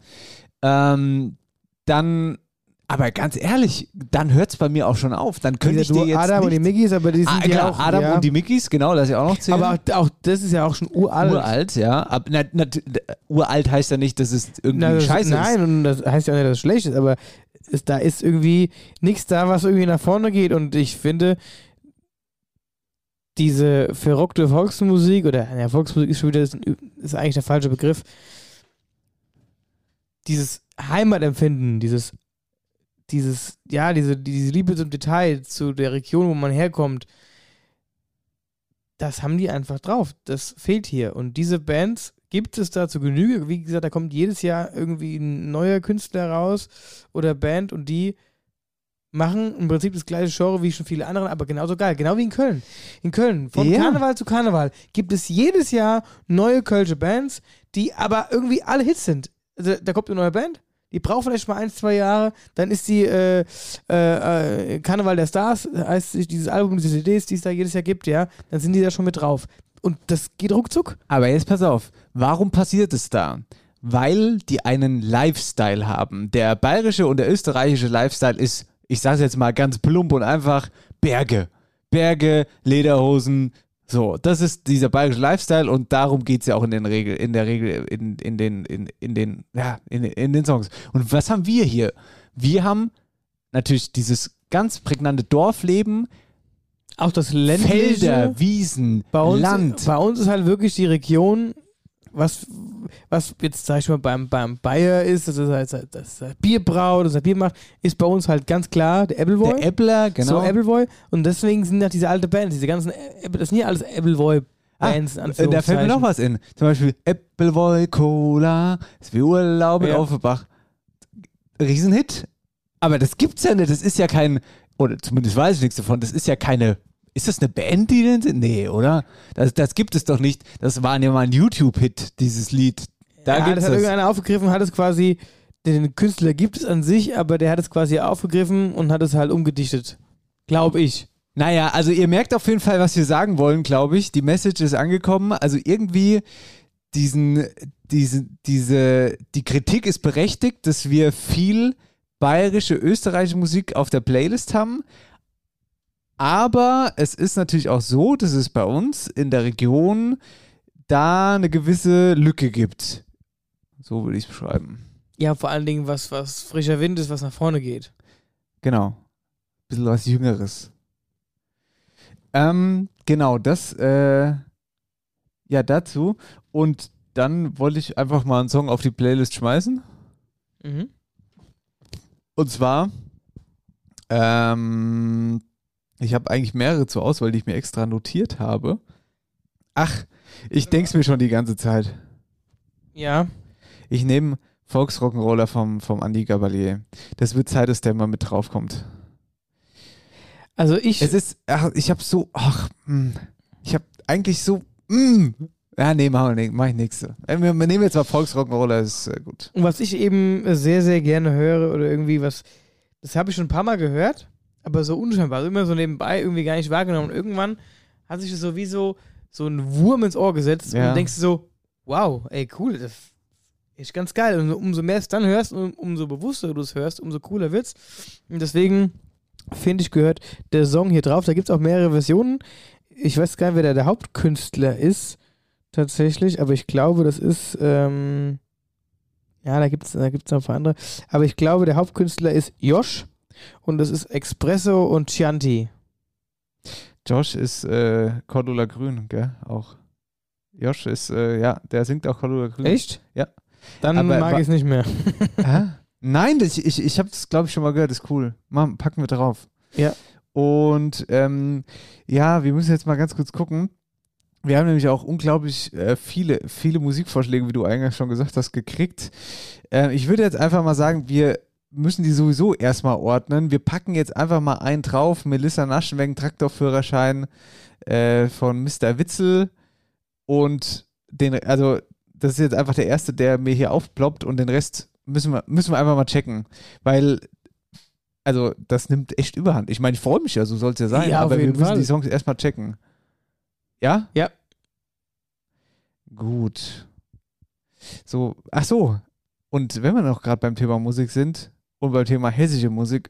S5: Dann, aber ganz ehrlich, dann hört es bei mir auch schon auf. Dann könnte ich dir jetzt
S6: Adam und die Mickis, aber die sind ja auch...
S5: Adam und die Mickis, genau, das ist ja auch noch 10.
S6: Aber auch das ist ja auch schon uralt.
S5: Uralt, ja. Uralt heißt ja nicht, dass es irgendwie scheiße ist.
S6: Nein, und das heißt ja auch nicht, dass es schlecht ist, aber da ist irgendwie nichts da, was irgendwie nach vorne geht. Und ich finde, diese verrockte Volksmusik, oder Volksmusik ist schon wieder ist eigentlich der falsche Begriff, dieses Heimatempfinden, diese Liebe zum Detail, zu der Region, wo man herkommt, das haben die einfach drauf. Das fehlt hier. Und diese Bands gibt es da zu Genüge. Wie gesagt, da kommt jedes Jahr irgendwie ein neuer Künstler raus oder Band und die machen im Prinzip das gleiche Genre wie schon viele andere, aber genauso geil. Genau wie in Köln. In Köln, von Karneval zu Karneval, gibt es jedes Jahr neue kölsche Bands, die aber irgendwie alle Hits sind. Also, da kommt eine neue Band, Die braucht vielleicht mal 1-2 Jahre, dann ist die Karneval der Stars, heißt dieses Album, diese CDs, die es da jedes Jahr gibt, ja, dann sind die da schon mit drauf. Und das geht ruckzuck.
S5: Aber jetzt pass auf, warum passiert es da? Weil die einen Lifestyle haben. Der bayerische und der österreichische Lifestyle ist, ich sage es jetzt mal ganz plump und einfach, Berge. Berge, Lederhosen, so. Das ist dieser bayerische Lifestyle und darum geht es ja auch in der Regel in den Songs. Und was haben wir hier? Wir haben natürlich dieses ganz prägnante Dorfleben,
S6: auch das ländliche,
S5: Felder, Wiesen, Land.
S6: Bei uns ist halt wirklich die Region, was jetzt, sag ich mal, beim Bayer ist, das ist halt das Bierbrau, das Bier macht, ist bei uns halt ganz klar der Appleboy.
S5: Der Äppler, genau.
S6: So, Appleboy. Und deswegen sind halt diese alte Bands, diese ganzen, das sind ja alles Appleboy-Bands.
S5: Da fällt mir noch was in. Zum Beispiel Appleboy Cola, das ist wie Urlaub in Offenbach. Riesenhit. Aber das gibt's ja nicht. Das ist ja kein, oder zumindest weiß ich nichts davon, das ist ja keine. Ist das eine Band, die denn sind? Nee, oder? Das gibt es doch nicht. Das war ja mal ein YouTube-Hit, dieses Lied.
S6: Das hat irgendeiner aufgegriffen, hat es quasi, den Künstler gibt es an sich, aber der hat es quasi aufgegriffen und hat es halt umgedichtet. Glaube ich.
S5: Naja, also ihr merkt auf jeden Fall, was wir sagen wollen, glaube ich. Die Message ist angekommen. Also irgendwie die Kritik ist berechtigt, dass wir viel bayerische, österreichische Musik auf der Playlist haben. Aber es ist natürlich auch so, dass es bei uns in der Region da eine gewisse Lücke gibt. So würde ich es beschreiben.
S6: Ja, vor allen Dingen was frischer Wind ist, was nach vorne geht.
S5: Genau. Ein bisschen was Jüngeres. Genau, das dazu. Und dann wollte ich einfach mal einen Song auf die Playlist schmeißen.
S6: Mhm.
S5: Und zwar ich habe eigentlich mehrere zur Auswahl, die ich mir extra notiert habe. Ach, ich denke es mir schon die ganze Zeit.
S6: Ja. Ich
S5: nehme Volksrock'n'Roller vom Andi Gabalier. Das wird Zeit, dass der mal mit draufkommt.
S6: Also ich
S5: habe eigentlich so, ja, nee, mach ich nichts. Wir nehmen jetzt mal Volksrock'n'Roller, ist gut.
S6: Und was ich eben sehr, sehr gerne höre oder irgendwie das habe ich schon ein paar Mal gehört, aber so unscheinbar, also immer so nebenbei irgendwie gar nicht wahrgenommen. Und irgendwann hat sich das so ein Wurm ins Ohr gesetzt und denkst du so, wow, ey, cool, das ist ganz geil. Und umso mehr es dann hörst und umso bewusster du es hörst, umso cooler wird's. Und deswegen finde ich, gehört der Song hier drauf. Da gibt es auch mehrere Versionen. Ich weiß gar nicht, wer der Hauptkünstler ist, tatsächlich, aber ich glaube, das ist, da gibt's noch ein paar andere. Aber ich glaube, der Hauptkünstler ist Josh und das ist Expresso und Chianti.
S5: Josh ist Cordula Grün, gell? Auch. Josh ist, der singt auch Cordula Grün.
S6: Echt?
S5: Ja.
S6: Dann mag ich es nicht mehr.
S5: Nein, ich habe das, glaube ich, schon mal gehört. Das ist cool. Packen wir drauf.
S6: Ja.
S5: Und wir müssen jetzt mal ganz kurz gucken. Wir haben nämlich auch unglaublich viele Musikvorschläge, wie du eingangs schon gesagt hast, gekriegt. Ich würde jetzt einfach mal sagen, wir müssen die sowieso erstmal ordnen. Wir packen jetzt einfach mal einen drauf. Melissa Naschenweng, Traktorführerschein von Mr. Witzel. Und das ist jetzt einfach der erste, der mir hier aufploppt und den Rest müssen wir einfach mal checken. Weil, das nimmt echt Überhand. Ich meine, ich freue mich ja, so soll es ja sein,
S6: ja,
S5: aber wir müssen
S6: Fall.
S5: die Songs erstmal checken. Ja?
S6: Ja.
S5: Gut. So, ach so. Und wenn wir noch gerade beim Thema Musik sind und beim Thema hessische Musik,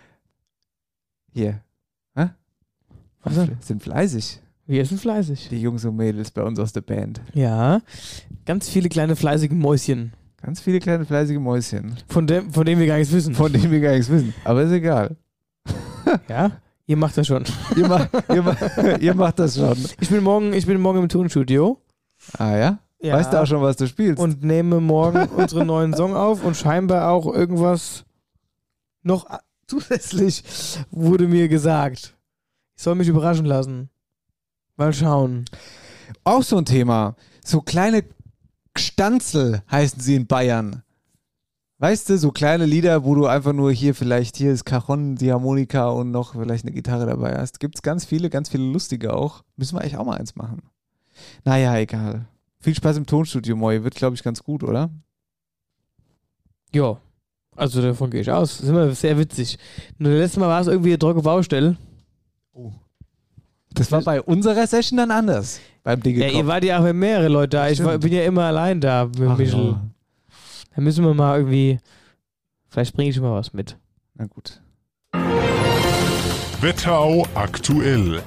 S5: hier,
S6: was denn?
S5: Sind fleißig.
S6: Wir sind fleißig.
S5: Die Jungs und Mädels bei uns aus der Band.
S6: Ja, ganz viele kleine fleißige Mäuschen.
S5: Ganz viele kleine fleißige Mäuschen.
S6: Von denen wir gar nichts wissen.
S5: Von denen wir gar nichts wissen. Aber ist egal.
S6: Ja, ihr macht das schon.
S5: Ihr macht das schon.
S6: Ich bin morgen im Tonstudio.
S5: Ah ja? Ja. Weißt du auch schon, was du spielst?
S6: Und nehme morgen unseren neuen Song auf und scheinbar auch irgendwas noch zusätzlich wurde mir gesagt. Ich soll mich überraschen lassen. Mal schauen.
S5: Auch so ein Thema. So kleine Gstanzel heißen sie in Bayern. Weißt du, so kleine Lieder, wo du einfach nur hier ist Cajon, die Harmonika und noch vielleicht eine Gitarre dabei hast. Gibt's ganz viele lustige auch. Müssen wir eigentlich auch mal eins machen. Naja, egal. Viel Spaß im Tonstudio, Moi. Wird, glaube ich, ganz gut, oder?
S6: Ja. Also davon gehe ich aus. Das ist immer sehr witzig. Nur das letzte Mal war es irgendwie eine trockene Baustelle.
S5: Oh. Das war bei unserer Session dann anders. Beim Dinge.
S6: Ja, ihr wart ja auch mit mehreren Leuten da. Bin ja immer allein da mit Michel.
S5: Ja.
S6: Da müssen wir mal irgendwie. Vielleicht bringe ich mal was mit.
S5: Na gut.
S11: Wetterau aktuell.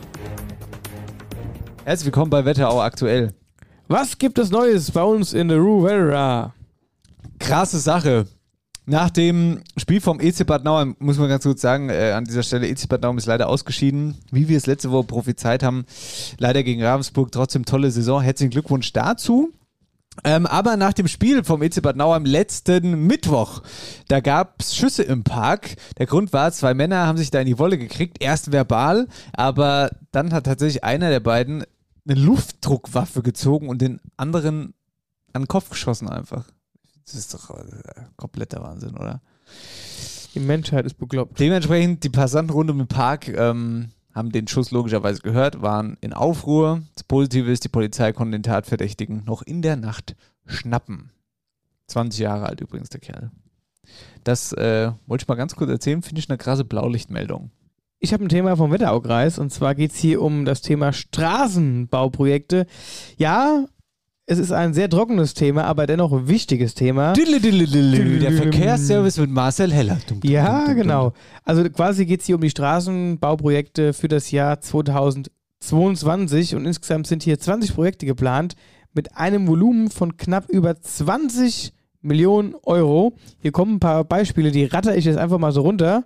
S5: Herzlich willkommen bei Wetterau aktuell.
S6: Was gibt es Neues bei uns in der Ruvera?
S5: Krasse Sache. Nach dem Spiel vom EC Bad Nauheim, muss man ganz kurz sagen, an dieser Stelle, EC Bad Nauheim ist leider ausgeschieden, wie wir es letzte Woche prophezeit haben. Leider gegen Ravensburg, trotzdem tolle Saison. Herzlichen Glückwunsch dazu. Aber nach dem Spiel vom EC Bad Nauheim letzten Mittwoch, da gab es Schüsse im Park. Der Grund war, 2 Männer haben sich da in die Wolle gekriegt, erst verbal, aber dann hat tatsächlich einer der beiden eine Luftdruckwaffe gezogen und den anderen an den Kopf geschossen einfach. Das ist doch kompletter Wahnsinn, oder?
S6: Die Menschheit ist bekloppt.
S5: Dementsprechend, die Passanten rund um den Park haben den Schuss logischerweise gehört, waren in Aufruhr. Das Positive ist, die Polizei konnte den Tatverdächtigen noch in der Nacht schnappen. 20 Jahre alt übrigens, der Kerl. Das wollte ich mal ganz kurz erzählen, finde ich eine krasse Blaulichtmeldung.
S6: Ich habe ein Thema vom Wetteraukreis und zwar geht es hier um das Thema Straßenbauprojekte. Ja, es ist ein sehr trockenes Thema, aber dennoch ein wichtiges Thema.
S5: Der Verkehrsservice mit Marcel Heller.
S6: Ja, genau. Also quasi geht es hier um die Straßenbauprojekte für das Jahr 2022 und insgesamt sind hier 20 Projekte geplant mit einem Volumen von knapp über 20 Millionen Euro. Hier kommen ein paar Beispiele, die ratter ich jetzt einfach mal so runter.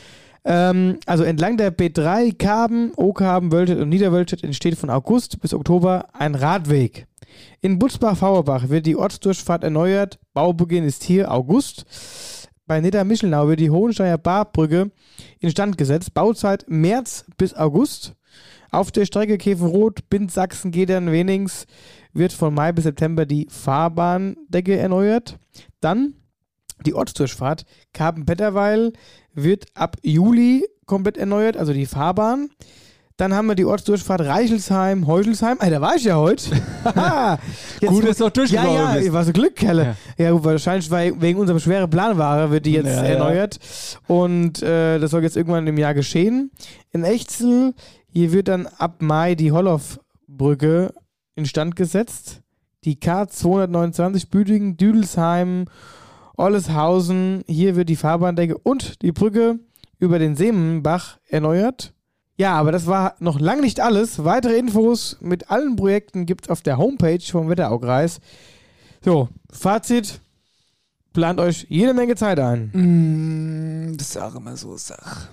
S6: Also entlang der B3 Karben, Okarben, Wöltet und Niederwöltet entsteht von August bis Oktober ein Radweg. In Butzbach-Fauerbach wird die Ortsdurchfahrt erneuert. Baubeginn ist hier August. Bei Nidda-Michelnau wird die Hohensteiner Barbrücke instand gesetzt. Bauzeit März bis August. Auf der Strecke Käfenrot, Binz-Sachsen, Gedern-Wenings wird von Mai bis September die Fahrbahndecke erneuert. Dann die Ortsdurchfahrt Karben-Petterweil wird ab Juli komplett erneuert, also die Fahrbahn. Dann haben wir die Ortsdurchfahrt Reichelsheim, Heuschelsheim. Da war ich ja heute.
S5: Gut, dass du noch durchgekommen bist.
S6: Ja, war so Glück, Kelle. Ja, wahrscheinlich wegen unserem schweren Planware wird die jetzt erneuert. Und das soll jetzt irgendwann im Jahr geschehen. In Echzel, hier wird dann ab Mai die Hollofbrücke instand gesetzt. Die K229 Büdingen, Düdelsheim, Olleshausen. Hier wird die Fahrbahndecke und die Brücke über den Seemenbach erneuert. Ja, aber das war noch lange nicht alles. Weitere Infos mit allen Projekten gibt es auf der Homepage vom Wetteraukreis. So, Fazit. Plant euch jede Menge Zeit ein.
S5: Das ist auch immer so Sache.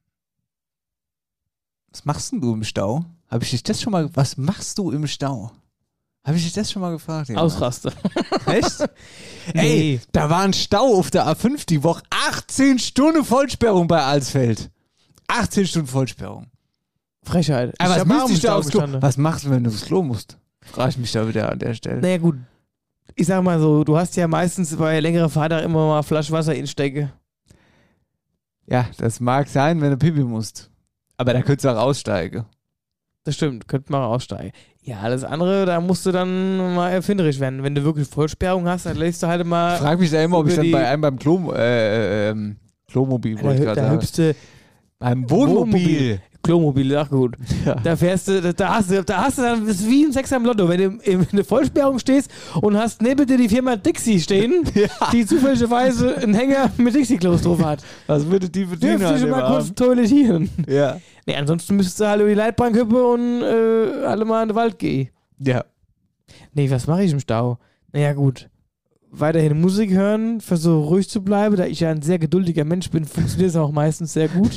S5: Was machst denn du im Stau? Habe ich dich das schon mal... Was machst du im Stau? Habe ich dich das schon mal gefragt?
S6: Ausraste.
S5: Echt? Ey, da war ein Stau auf der A5 die Woche. 18 Stunden Vollsperrung bei Alsfeld. 18 Stunden Vollsperrung.
S6: Frechheit.
S5: Aber was machst du, wenn du aufs Klo musst? Frage ich mich da wieder an der Stelle.
S6: Naja gut, ich sag mal so, du hast ja meistens bei längerer Fahrt auch immer mal Flasche Wasser instecke.
S5: Ja, das mag sein, wenn du pipi musst. Aber da könntest du auch aussteigen.
S6: Das stimmt, könnte man auch aussteigen. Ja, alles andere, da musst du dann mal erfinderisch werden. Wenn du wirklich Vollsperrung hast, dann lässt du halt mal...
S5: Ich frage mich da immer, ob ich dann bei einem beim Klomobil, wollte ich gerade sagen. Beim Wohnmobil.
S6: Klomobil, ach gut. Ja. Da fährst du, da hast du dann, das ist wie ein Sechser im Lotto, wenn du in der Vollsperrung stehst und hast neben dir die Firma Dixie stehen, die zufälligerweise einen Hänger mit Dixie-Klos drauf hat.
S5: Was würde die verdienen?
S6: Dürfst du schon mal kurz toilettieren.
S5: Ja.
S6: Nee, ansonsten müsstest du halt über die Leitbahnkippe und alle mal in den Wald gehen.
S5: Ja.
S6: Nee, was mache ich im Stau? Naja, gut. Weiterhin Musik hören, versuche ruhig zu bleiben, da ich ja ein sehr geduldiger Mensch bin, funktioniert es auch meistens sehr gut.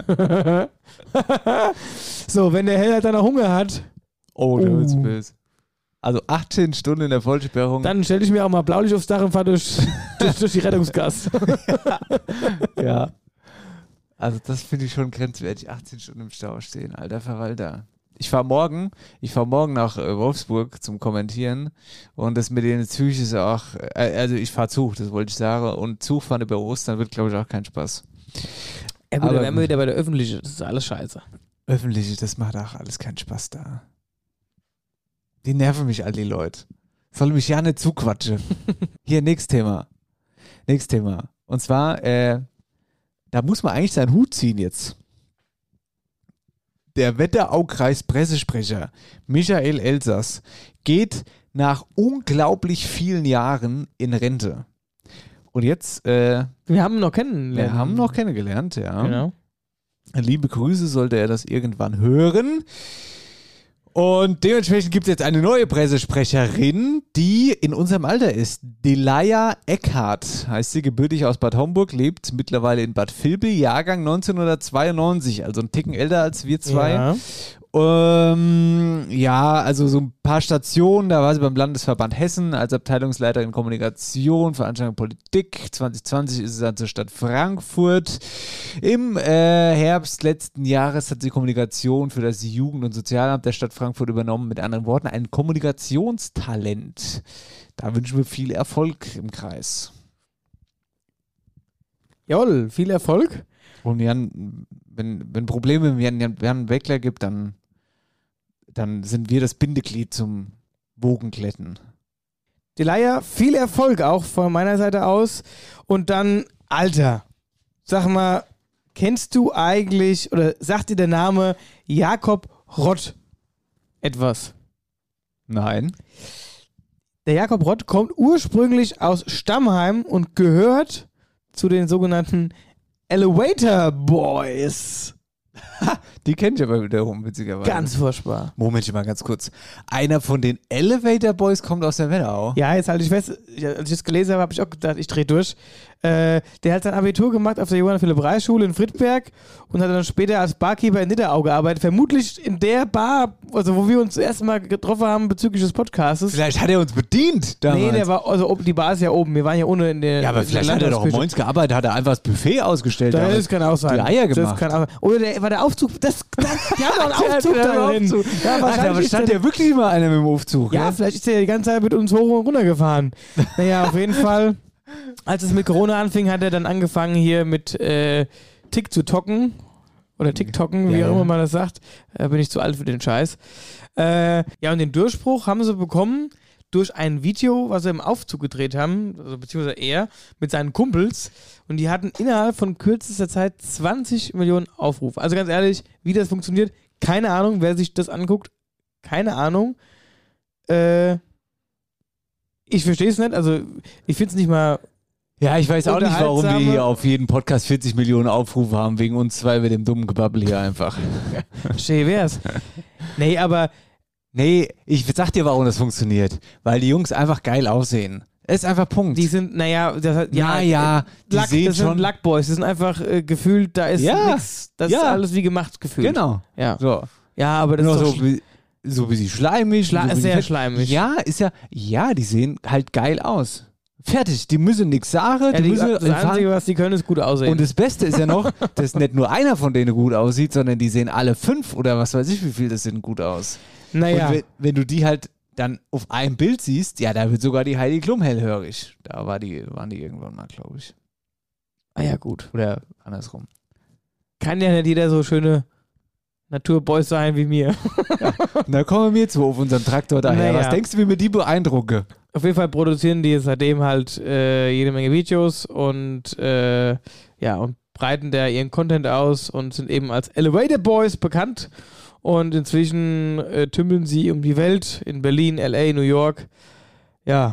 S6: So, wenn der Hell dann noch Hunger hat.
S5: Oh, da wird's böse. Also 18 Stunden in der Vollsperrung.
S6: Dann stelle ich mir auch mal Blaulicht aufs Dach und fahre durch die Rettungsgas.
S5: Ja. Also das finde ich schon grenzwertig, 18 Stunden im Stau stehen, alter Verwalter. Ich fahre morgen nach Wolfsburg zum Kommentieren und das mit den Zügen ist auch, also ich fahre Zug, das wollte ich sagen, und Zugfahren über Ostern wird, glaube ich, auch kein Spaß.
S6: Ja gut, dann wären wir wieder bei der Öffentlichen, das ist alles scheiße.
S5: Öffentliche, das macht auch alles keinen Spaß da. Die nerven mich all die Leute. Soll mich ja nicht zuquatschen. Hier, nächstes Thema. Und zwar, da muss man eigentlich seinen Hut ziehen jetzt. Der Wetteraukreis-Pressesprecher Michael Elsass geht nach unglaublich vielen Jahren in Rente. Und jetzt...
S6: wir haben ihn noch kennengelernt.
S5: Ja.
S6: Genau.
S5: Liebe Grüße, sollte er das irgendwann hören. Und dementsprechend gibt es jetzt eine neue Pressesprecherin, die in unserem Alter ist. Delaya Eckhardt heißt sie, gebürtig aus Bad Homburg, lebt mittlerweile in Bad Vilbel, Jahrgang 1992, also ein Ticken älter als wir zwei.
S6: Ja.
S5: Also so ein paar Stationen, da war sie beim Landesverband Hessen als Abteilungsleiterin Kommunikation, Veranstaltung Politik. 2020 ist sie dann zur Stadt Frankfurt. Im Herbst letzten Jahres hat sie Kommunikation für das Jugend- und Sozialamt der Stadt Frankfurt übernommen. Mit anderen Worten, ein Kommunikationstalent. Da wünschen wir viel Erfolg im Kreis.
S6: Jawohl, viel Erfolg.
S5: Und Jan, wenn Probleme mit Jan Weckler gibt, dann sind wir das Bindeglied zum Bogenglätten.
S6: Delaya, viel Erfolg auch von meiner Seite aus. Und dann, Alter, sag mal, kennst du eigentlich, oder sagt dir der Name Jakob Rott etwas?
S5: Nein.
S6: Der Jakob Rott kommt ursprünglich aus Stammheim und gehört zu den sogenannten Elevator Boys.
S5: Die kenne ich aber wiederum, witzigerweise.
S6: Ganz furchtbar.
S5: Moment mal ganz kurz. Einer von den Elevator Boys kommt aus der Wetterau.
S6: Ja, jetzt halte ich fest, als ich das gelesen habe, habe ich auch gedacht, ich drehe durch. Der hat sein Abitur gemacht auf der Johann-Philipp-Reis-Schule in Friedberg und hat dann später als Barkeeper in Nidderau gearbeitet. Vermutlich in der Bar, also wo wir uns das erste Mal getroffen haben bezüglich des Podcastes.
S5: Vielleicht hat er uns bedient damals.
S6: Nee, der war, also die Bar ist ja oben. Wir waren ja ohne in der.
S5: Ja, aber vielleicht hat er doch um Moins gearbeitet, hat er einfach das Buffet ausgestellt.
S6: Das kann auch sein.
S5: Die Eier gemacht.
S6: Das kann auch sein. Oder war der Aufzug, die haben doch einen Aufzug da drin. Ja,
S5: aber stand ja wirklich mal einer mit dem Aufzug.
S6: Ja, vielleicht ist der die ganze Zeit mit uns hoch und runter gefahren. Naja, auf jeden Fall. Als es mit Corona anfing, hat er dann angefangen hier mit Tick zu tocken. Oder TikToken, wie auch immer man das sagt. Bin ich zu alt für den Scheiß. Ja, und den Durchbruch haben sie bekommen durch ein Video, was sie im Aufzug gedreht haben, also beziehungsweise er, mit seinen Kumpels. Und die hatten innerhalb von kürzester Zeit 20 Millionen Aufrufe. Also ganz ehrlich, wie das funktioniert, keine Ahnung. Wer sich das anguckt, keine Ahnung. Ich verstehe es nicht, also ich finde es nicht mal.
S5: Ja, ich weiß auch nicht, warum wir hier auf jeden Podcast 40 Millionen Aufrufe haben, wegen uns zwei mit dem dummen Gebabbel hier einfach.
S6: Schön wär's. Nee, aber.
S5: Nee, ich sag dir, warum das funktioniert. Weil die Jungs einfach geil aussehen. Es ist einfach Punkt.
S6: Die sind,
S5: die sehen schon.
S6: Sind Lackboys, die sind einfach gefühlt, da ist nichts, das ist alles wie gemacht gefühlt.
S5: Genau.
S6: Ja,
S5: so.
S6: Ja, aber das
S5: nur
S6: ist doch
S5: so wie sie schleimig.
S6: sehr schleimig.
S5: Ja, die sehen halt geil aus. Fertig, die müssen nichts sagen.
S6: Ja, das Einzige, was die können, ist gut aussehen.
S5: Und das Beste ist ja noch, dass nicht nur einer von denen gut aussieht, sondern die sehen alle 5 oder was weiß ich, wie viel das sind gut aus.
S6: Naja.
S5: Und wenn du die halt dann auf einem Bild siehst, ja, da wird sogar die Heidi Klum hellhörig. Da waren die irgendwann mal, glaube ich.
S6: Ah ja, gut.
S5: Oder andersrum.
S6: Kann ja nicht jeder so schöne Naturboys sein wie mir.
S5: Ja. Da kommen wir zu auf unserem Traktor daher.
S6: Naja.
S5: Was denkst du, wie mir die beeindrucke?
S6: Auf jeden Fall produzieren die seitdem halt jede Menge Videos und und breiten da ihren Content aus und sind eben als Elevator Boys bekannt. Und inzwischen tümmeln sie um die Welt in Berlin, LA, New York. Ja.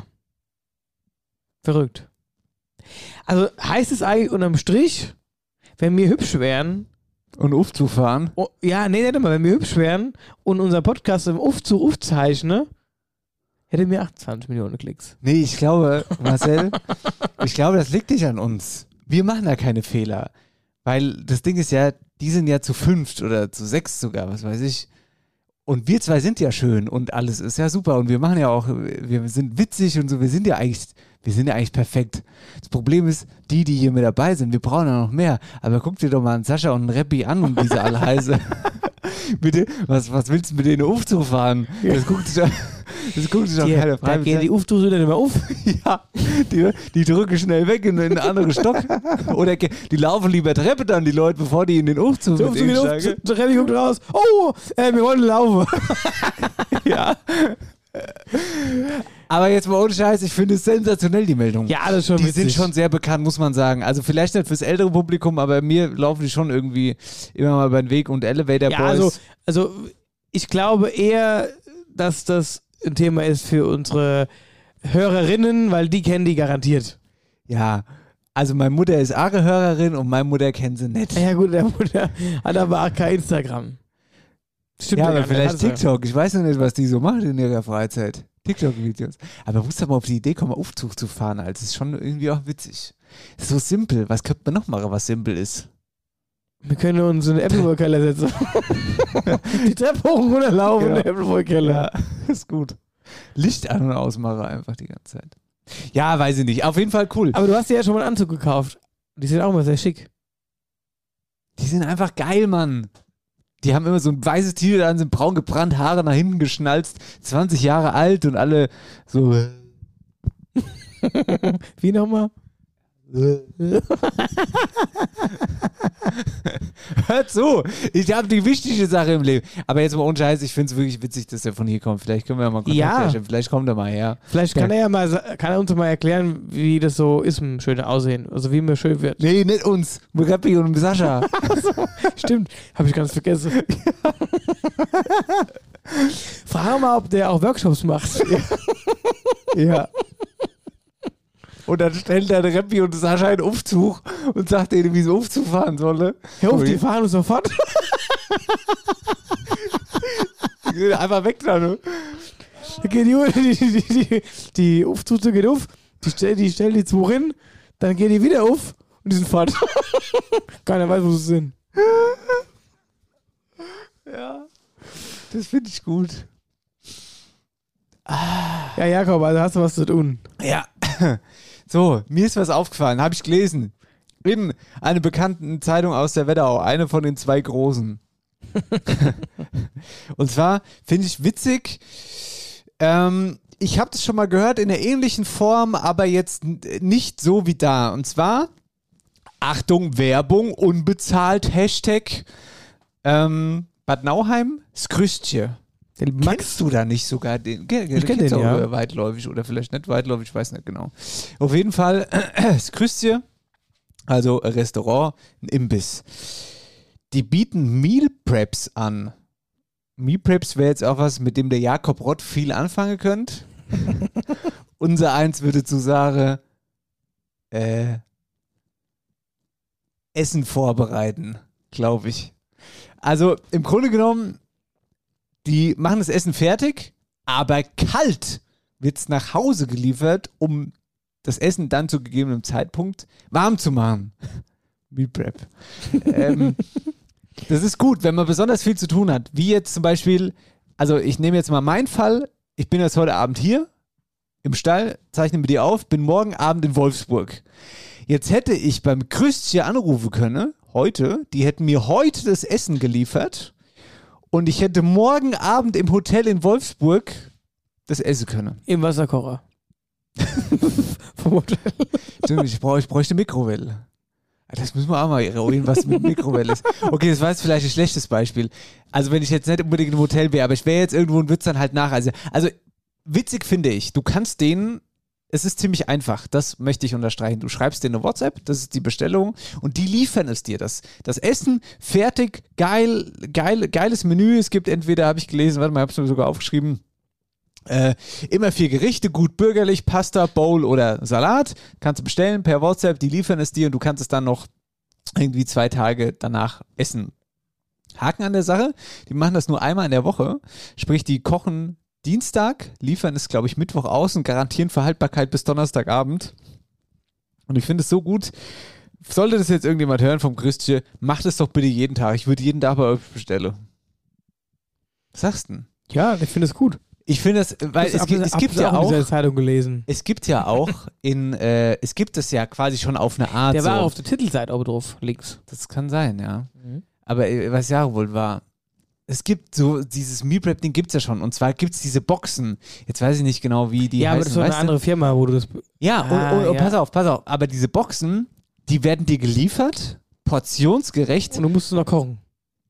S6: Verrückt. Also heißt es eigentlich unterm Strich, wenn wir hübsch wären.
S5: Und aufzufahren?
S6: Oh, ja, nee, nicht mal, wenn wir hübsch wären und unser Podcast im Aufzug aufzeichnen, hätte mir 28 Millionen Klicks.
S5: Nee, ich glaube, Marcel, das liegt nicht an uns. Wir machen da keine Fehler. Weil das Ding ist ja, die sind ja zu 5 oder zu 6 sogar, was weiß ich. Und wir zwei sind ja schön und alles ist ja super. Und wir machen ja auch, wir sind witzig und so, wir sind ja eigentlich perfekt. Das Problem ist, die hier mit dabei sind, wir brauchen ja noch mehr. Aber guck dir doch mal einen Sascha und einen Reppi an und diese alle heiße. Bitte, was willst du mit denen aufzufahren? Ja. Das guckt sich doch keiner frei.
S6: Da gehen die Aufzugshüter nicht mehr auf.
S5: Ja, die drücken schnell weg in einen anderen Stock. Oder die laufen lieber Treppe dann, die Leute, bevor die in den Aufzug steigen.
S6: Der Reppi guckt raus. Oh, wir wollen laufen.
S5: Ja. Aber jetzt mal ohne Scheiß, ich finde es sensationell, die Meldung.
S6: Ja, das ist schon
S5: Die
S6: witzig.
S5: sind schon sehr bekannt, muss man sagen. Also vielleicht nicht fürs ältere Publikum, aber mir laufen die schon irgendwie immer mal über den Weg und Elevator Boys.
S6: Also ich glaube eher, dass das ein Thema ist für unsere Hörerinnen, weil die kennen die garantiert.
S5: Ja, also meine Mutter ist auch eine Hörerin und meine Mutter kennt sie nicht.
S6: Ja gut, der Mutter hat aber auch kein Instagram. Stimmt
S5: ja, aber
S6: gar nicht.
S5: vielleicht
S6: Hat sie.
S5: TikTok. Ich weiß noch nicht, was die so macht in ihrer Freizeit. TikTok-Videos. Aber muss doch mal auf die Idee kommen, Aufzug zu fahren. Also, das ist schon irgendwie auch witzig. Das ist so simpel. Was könnte man noch machen, was simpel ist?
S6: Wir können uns in den Appleboy-Keller setzen. Die Treppe hoch und runter laufen in den Appleboy-Keller.
S5: Ja, ist gut. Licht an- und ausmachen einfach die ganze Zeit. Ja, weiß ich nicht. Auf jeden Fall cool.
S6: Aber du hast dir ja schon mal einen Anzug gekauft. Die sind auch immer sehr schick.
S5: Die sind einfach geil, Mann. Die haben immer so ein weißes T-Shirt an, sind braun gebrannt, Haare nach hinten geschnalzt, 20 Jahre alt und alle so.
S6: Wie nochmal?
S5: Hört zu, ich habe die wichtige Sache im Leben. Aber jetzt mal ohne Scheiß, ich finde es wirklich witzig, dass er von hier kommt. Vielleicht können wir ja mal Kontakt herstellen. Vielleicht kommt er mal her.
S6: Vielleicht kann er uns mal erklären, wie das so ist im schönen Aussehen. Also wie mir schön wird.
S5: Nee, nicht uns. Murabi und Sascha.
S6: Stimmt, habe ich ganz vergessen. Frag mal, ob der auch Workshops macht.
S5: Ja. Und dann stellt der Rappi und Sascha einen Aufzug und sagt denen, wie sie Aufzug fahren sollen.
S6: Hör auf, die fahren uns sofort.
S5: Einfach weg da, ne?
S6: Die Aufzüge geht auf, die stellen die zwei hin, dann gehen die wieder auf und die sind fort. Keiner weiß, wo sie sind.
S5: Ja, das finde ich gut.
S6: Ja, Jakob, also hast du was zu tun.
S5: Ja. So, mir ist was aufgefallen, habe ich gelesen. In einer bekannten Zeitung aus der Wetterau, eine von den zwei großen. Und zwar finde ich witzig, ich habe das schon mal gehört in einer ähnlichen Form, aber jetzt nicht so wie da. Und zwar, Achtung, Werbung, unbezahlt, Hashtag Bad Nauheim, Skrüstje. Kennst du da nicht sogar den?
S6: Ich kenn den, ja.
S5: Weitläufig oder vielleicht nicht weitläufig, ich weiß nicht genau. Auf jeden Fall, Skrüstje, also ein Restaurant, ein Imbiss. Die bieten Meal Preps an. Meal Preps wäre jetzt auch was, mit dem der Jakob Rott viel anfangen könnte. Unser Eins würde zu sagen, Essen vorbereiten, glaube ich. Also im Grunde genommen, die machen das Essen fertig, aber kalt wird es nach Hause geliefert, um das Essen dann zu gegebenem Zeitpunkt warm zu machen. Meal Prep. Das ist gut, wenn man besonders viel zu tun hat. Wie jetzt zum Beispiel, also ich nehme jetzt mal meinen Fall, ich bin jetzt heute Abend hier im Stall, zeichne mit dir auf, bin morgen Abend in Wolfsburg. Jetzt hätte ich beim Krüstchen anrufen können, heute, die hätten mir heute das Essen geliefert und ich hätte morgen Abend im Hotel in Wolfsburg das essen können.
S6: Im Wasserkocher. Vom Hotel.
S5: Ich bräuchte Mikrowelle. Das müssen wir auch mal eruieren, was mit Mikrowelle ist. Okay, das war jetzt vielleicht ein schlechtes Beispiel. Also wenn ich jetzt nicht unbedingt im Hotel wäre, aber ich wäre jetzt irgendwo und würde es dann halt nach. Also witzig finde ich, du kannst denen, es ist ziemlich einfach, das möchte ich unterstreichen. Du schreibst denen eine WhatsApp, das ist die Bestellung und die liefern es dir. Das Essen fertig, geiles Menü. Es gibt entweder, habe ich gelesen, warte mal, ich habe es mir sogar aufgeschrieben, immer 4 Gerichte, gut bürgerlich, Pasta, Bowl oder Salat. Kannst du bestellen per WhatsApp, die liefern es dir und du kannst es dann noch irgendwie 2 Tage danach essen. Haken an der Sache, die machen das nur einmal in der Woche, sprich die kochen Dienstag, liefern es glaube ich Mittwoch aus und garantieren Verhaltbarkeit bis Donnerstagabend. Und ich finde es so gut, sollte das jetzt irgendjemand hören vom Christchen, macht es doch bitte jeden Tag. Ich würde jeden Tag bei euch bestellen. Was sagst du denn?
S6: Ja, ich finde es gut.
S5: Ich finde das, weil es gibt ja auch,
S6: Zeitung gelesen.
S5: Es gibt ja auch es gibt es ja quasi schon auf eine Art.
S6: Der war
S5: so.
S6: auf der Titelseite oben drauf, links.
S5: Das kann sein, ja. Mhm. Aber was ja wohl war, es gibt so, dieses Meal Prep Ding gibt's ja schon. Und zwar gibt's diese Boxen. Jetzt weiß ich nicht genau, wie die heißen.
S6: Ja, aber das ist so eine andere Firma, wo du das...
S5: Ja, und pass auf. Aber diese Boxen, die werden dir geliefert, portionsgerecht.
S6: Und du musst es noch kochen.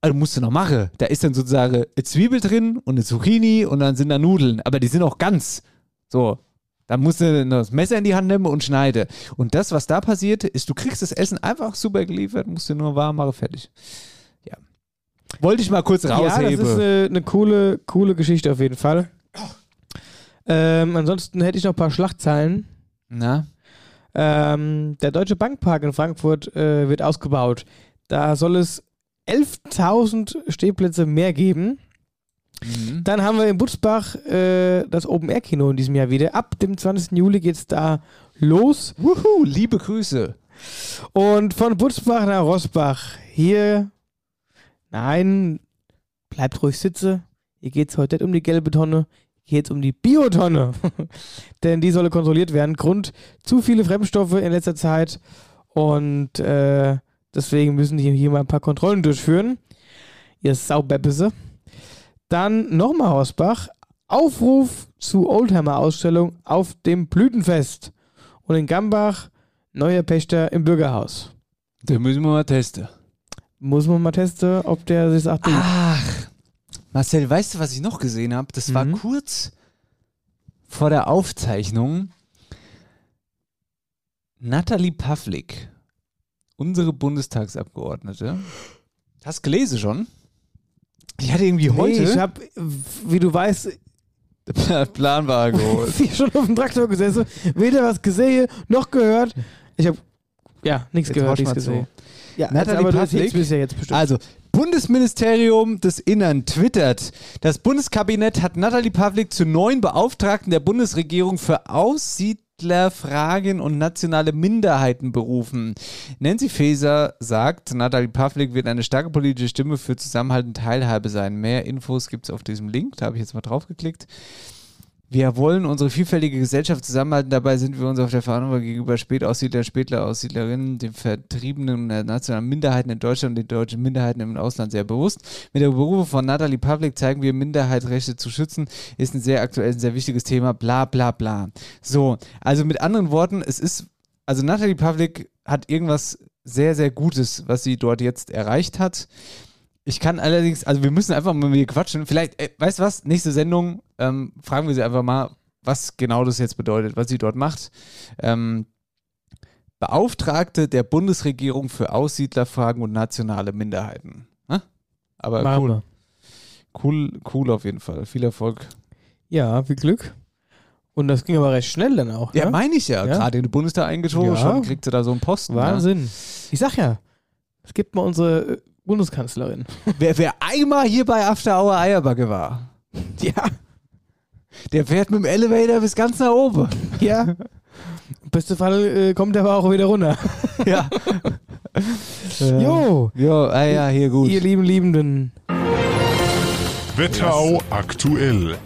S5: Also musst du noch machen. Da ist dann sozusagen eine Zwiebel drin und eine Zucchini und dann sind da Nudeln. Aber die sind auch ganz. So. Dann musst du das Messer in die Hand nehmen und schneiden. Und das, was da passiert, ist, du kriegst das Essen einfach super geliefert, musst du nur warm machen, fertig. Ja. Wollte ich mal kurz rausheben.
S6: Ja, das ist eine coole Geschichte auf jeden Fall. Ansonsten hätte ich noch ein paar Schlagzeilen.
S5: Na?
S6: Der Deutsche Bankpark in Frankfurt wird ausgebaut. Da soll es 11.000 Stehplätze mehr geben. Dann haben wir in Butzbach das Open-Air-Kino in diesem Jahr wieder. Ab dem 20. Juli geht es da los.
S5: Wuhu, liebe Grüße.
S6: Und von Butzbach nach Rossbach. Hier, nein, bleibt ruhig sitzen. Hier geht es heute nicht um die gelbe Tonne, hier geht es um die Biotonne. Denn die solle kontrolliert werden. Grund, zu viele Fremdstoffe in letzter Zeit. Und deswegen müssen die hier mal ein paar Kontrollen durchführen. Ihr Saubeppese. Dann nochmal Rossbach. Aufruf zu Oldtimer-Ausstellung auf dem Blütenfest. Und in Gambach neuer Pächter im Bürgerhaus.
S5: Den müssen wir mal testen.
S6: Muss man mal testen, ob der sich sagt.
S5: Ach, Marcel, weißt du, was ich noch gesehen habe? Das war kurz vor der Aufzeichnung. Natalie Pavlik, unsere Bundestagsabgeordnete. Hast du gelesen schon? Ich hatte irgendwie heute...
S6: Ich habe, wie du weißt...
S5: Planwagen geholt.
S6: schon auf dem Traktor gesessen, weder was gesehen, noch gehört. Ich habe, nichts gehört, nichts gesehen. Ja,
S5: Natalie
S6: aber
S5: Pavlik,
S6: du ja jetzt bestimmt.
S5: Also, Bundesministerium des Innern twittert, das Bundeskabinett hat Natalie Pavlik zu neuen Beauftragten der Bundesregierung für Aussiedlerfragen und nationale Minderheiten berufen. Nancy Faeser sagt, Natalie Pavlik wird eine starke politische Stimme für Zusammenhalt und Teilhabe sein. Mehr Infos gibt es auf diesem Link, da habe ich jetzt mal drauf geklickt. Wir wollen unsere vielfältige Gesellschaft zusammenhalten. Dabei sind wir uns auf der Verantwortung gegenüber Spätaussiedler, Spätleraussiedlerinnen, den Vertriebenen und der nationalen Minderheiten in Deutschland und den deutschen Minderheiten im Ausland sehr bewusst. Mit der Berufung von Natalie Pavlik zeigen wir, Minderheitsrechte zu schützen, ist ein sehr aktuelles, ein sehr wichtiges Thema, bla bla bla. So, also mit anderen Worten, also Natalie Pavlik hat irgendwas sehr, sehr Gutes, was sie dort jetzt erreicht hat. Ich kann allerdings, also wir müssen einfach mal mit ihr quatschen. Vielleicht, weißt du was, nächste Sendung fragen wir sie einfach mal, was genau das jetzt bedeutet, was sie dort macht. Beauftragte der Bundesregierung für Aussiedlerfragen und nationale Minderheiten. Ha? Aber cool auf jeden Fall. Viel Erfolg.
S6: Ja, viel Glück. Und das ging aber recht schnell dann auch.
S5: Ja,
S6: ne?
S5: meine ich ja. Gerade in den Bundestag eingeschoben, schon kriegt sie da so einen Posten.
S6: Wahnsinn.
S5: Ne?
S6: Ich sag ja, es gibt mal unsere Bundeskanzlerin.
S5: Wer einmal hier bei After Hour Eierbacke war,
S6: ja,
S5: der fährt mit dem Elevator bis ganz nach oben.
S6: Ja. Im besten Fall kommt er aber auch wieder runter.
S5: Ja.
S6: Jo.
S5: Ja, hier gut.
S6: Ihr lieben Liebenden.
S11: Wetterau aktuell.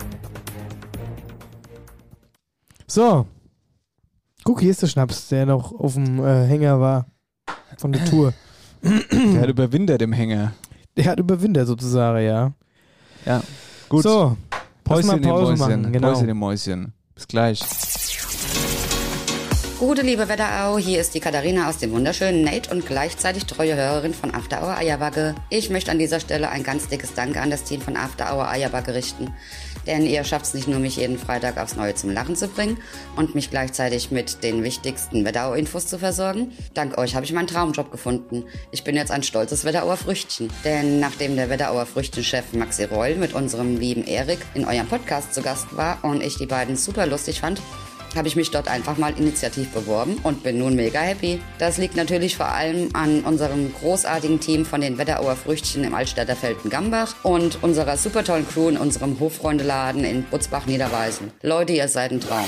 S6: So. Guck, hier ist der Schnaps, der noch auf dem Hänger war. Von der Tour.
S5: Der hat überwintert im Hänger.
S6: Der hat überwintert sozusagen, ja.
S5: Ja. Gut.
S6: So.
S5: Päuschen im Mäuschen.
S6: Machen, genau.
S5: Päuschen im Mäuschen. Bis gleich.
S12: Gute liebe Wetterau, hier ist die Katharina aus dem wunderschönen Nate und gleichzeitig treue Hörerin von After Hour Eierbacke. Ich möchte an dieser Stelle ein ganz dickes Danke an das Team von After Hour Eierbacke richten. Denn ihr schafft es nicht nur, mich jeden Freitag aufs Neue zum Lachen zu bringen und mich gleichzeitig mit den wichtigsten Wetterau-Infos zu versorgen. Dank euch habe ich meinen Traumjob gefunden. Ich bin jetzt ein stolzes Wetterauer Früchtchen. Denn nachdem der Wetterauer Früchtchenchef Maxi Reul mit unserem lieben Erik in eurem Podcast zu Gast war und ich die beiden super lustig fand, habe ich mich dort einfach mal initiativ beworben und bin nun mega happy. Das liegt natürlich vor allem an unserem großartigen Team von den Wetterauer Früchtchen im Altstädter Felden-Gambach und unserer super tollen Crew in unserem Hofreundeladen in Butzbach-Niederweisen. Leute, ihr seid ein Traum.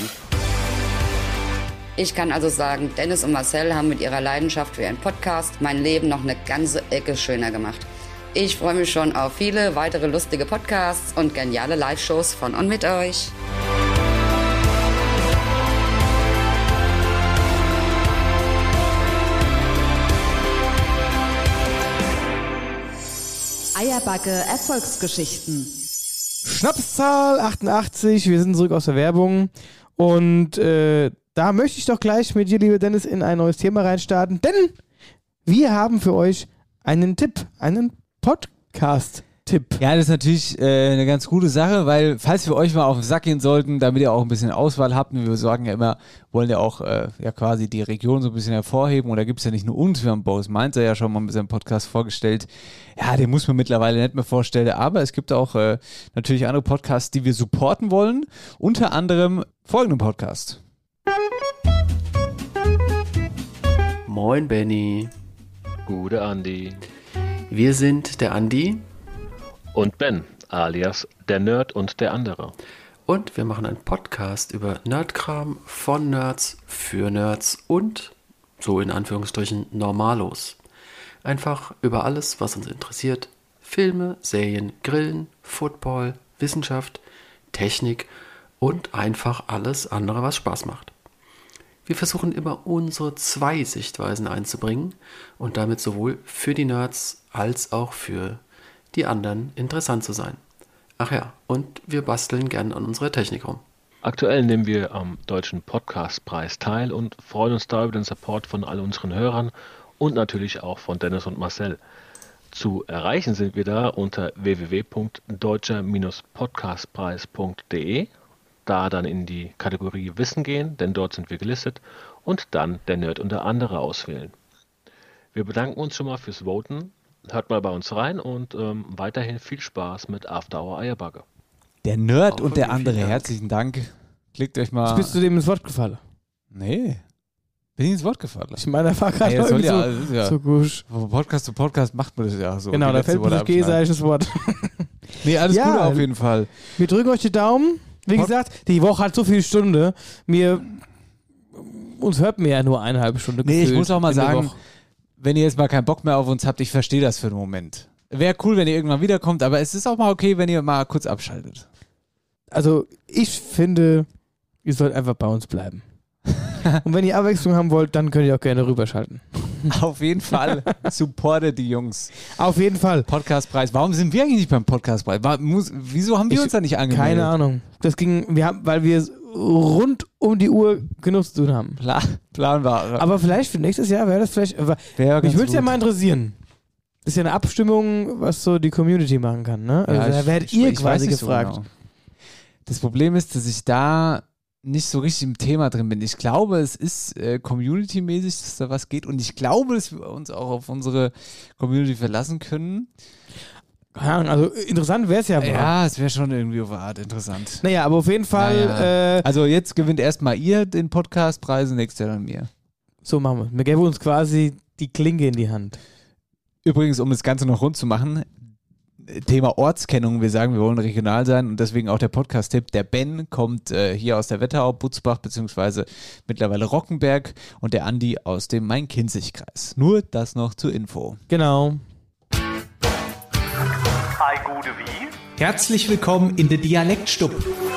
S12: Ich kann also sagen, Dennis und Marcel haben mit ihrer Leidenschaft für ihren Podcast mein Leben noch eine ganze Ecke schöner gemacht. Ich freue mich schon auf viele weitere lustige Podcasts und geniale Live-Shows von und mit euch.
S1: Eierbacke Erfolgsgeschichten.
S6: Schnapszahl 88, wir sind zurück aus der Werbung und da möchte ich doch gleich mit dir, lieber Dennis, in ein neues Thema reinstarten, denn wir haben für euch einen Tipp, einen Podcast-Tipp.
S5: Ja, das ist natürlich eine ganz gute Sache, weil falls wir euch mal auf den Sack gehen sollten, damit ihr auch ein bisschen Auswahl habt, und wir sagen ja immer, wollen ja auch ja quasi die Region so ein bisschen hervorheben, und da gibt es ja nicht nur uns, wir haben Boris Mainzer ja schon mal mit seinem Podcast vorgestellt, ja, den muss man mittlerweile nicht mehr vorstellen, aber es gibt auch natürlich andere Podcasts, die wir supporten wollen, unter anderem folgenden Podcast.
S13: Moin Benny.
S14: Gute Andi.
S13: Wir sind der Andi
S14: und Ben, alias der Nerd und der andere.
S13: Und wir machen einen Podcast über Nerdkram von Nerds für Nerds und, so in Anführungsstrichen, Normalos. Einfach über alles, was uns interessiert. Filme, Serien, Grillen, Football, Wissenschaft, Technik und einfach alles andere, was Spaß macht. Wir versuchen immer unsere zwei Sichtweisen einzubringen und damit sowohl für die Nerds als auch für die anderen interessant zu sein. Ach ja, und wir basteln gern an unserer Technik rum.
S14: Aktuell nehmen wir am Deutschen Podcastpreis teil und freuen uns da über den Support von all unseren Hörern und natürlich auch von Dennis und Marcel. Zu erreichen sind wir da unter www.deutscher-podcastpreis.de. Da dann in die Kategorie Wissen gehen, denn dort sind wir gelistet, und dann der Nerd und der andere auswählen. Wir bedanken uns schon mal fürs Voten. Hört mal bei uns rein und weiterhin viel Spaß mit After Hour Eierbagge.
S5: Der Nerd und der andere, herzlichen Dank. Klickt euch mal.
S6: Bist du dem ins Wort gefallen?
S5: Nee. Bin ich ins Wort gefallen?
S6: Ich meine, da war gerade
S5: so gut. Von Podcast zu Podcast macht man das ja so.
S6: Genau, da fällt mir das G-seiches Wort.
S5: Nee, alles Gute auf jeden Fall.
S6: Wir drücken euch die Daumen. Wie gesagt, die Woche hat so viele Stunden. Uns hört mir ja nur 1,5 Stunde.
S5: Nee, ich muss auch mal sagen, wenn ihr jetzt mal keinen Bock mehr auf uns habt, ich verstehe das für einen Moment. Wäre cool, wenn ihr irgendwann wiederkommt, aber es ist auch mal okay, wenn ihr mal kurz abschaltet.
S6: Also, ich finde, ihr sollt einfach bei uns bleiben. Und wenn ihr Abwechslung haben wollt, dann könnt ihr auch gerne rüberschalten.
S5: Auf jeden Fall. Supportet die Jungs.
S6: Auf jeden Fall.
S5: Podcastpreis. Warum sind wir eigentlich nicht beim Podcastpreis? Wieso haben wir uns da nicht angemeldet?
S6: Keine Ahnung. Weil wir es rund um die Uhr genug zu tun haben.
S5: Planbar.
S6: Aber vielleicht für nächstes Jahr wäre das vielleicht. Mich würde es ja mal interessieren. Das ist ja eine Abstimmung, was so die Community machen kann. Ne? Also
S5: Ja,
S6: da werdet ihr quasi gefragt.
S5: So genau. Das Problem ist, dass ich da nicht so richtig im Thema drin bin. Ich glaube, es ist community-mäßig, dass da was geht, und ich glaube, dass wir uns auch auf unsere Community verlassen können.
S6: Also interessant wäre es ja.
S5: Ja, es wäre schon irgendwie auf eine Art interessant.
S6: Naja, aber auf jeden Fall.
S5: Naja. Also jetzt gewinnt erstmal ihr den Podcastpreis und nächstes Jahr dann mir.
S6: So machen wir. Wir geben uns quasi die Klinke in die Hand.
S5: Übrigens, um das Ganze noch rund zu machen, Thema Ortskennung, wir sagen, wir wollen regional sein, und deswegen auch der Podcast-Tipp. Der Ben kommt hier aus der Wetterau, Butzbach, beziehungsweise mittlerweile Rockenberg, und der Andi aus dem Main-Kinzig-Kreis. Nur das noch zur Info.
S6: Genau.
S10: Hi, gute wie? Herzlich willkommen in der Dialektstub.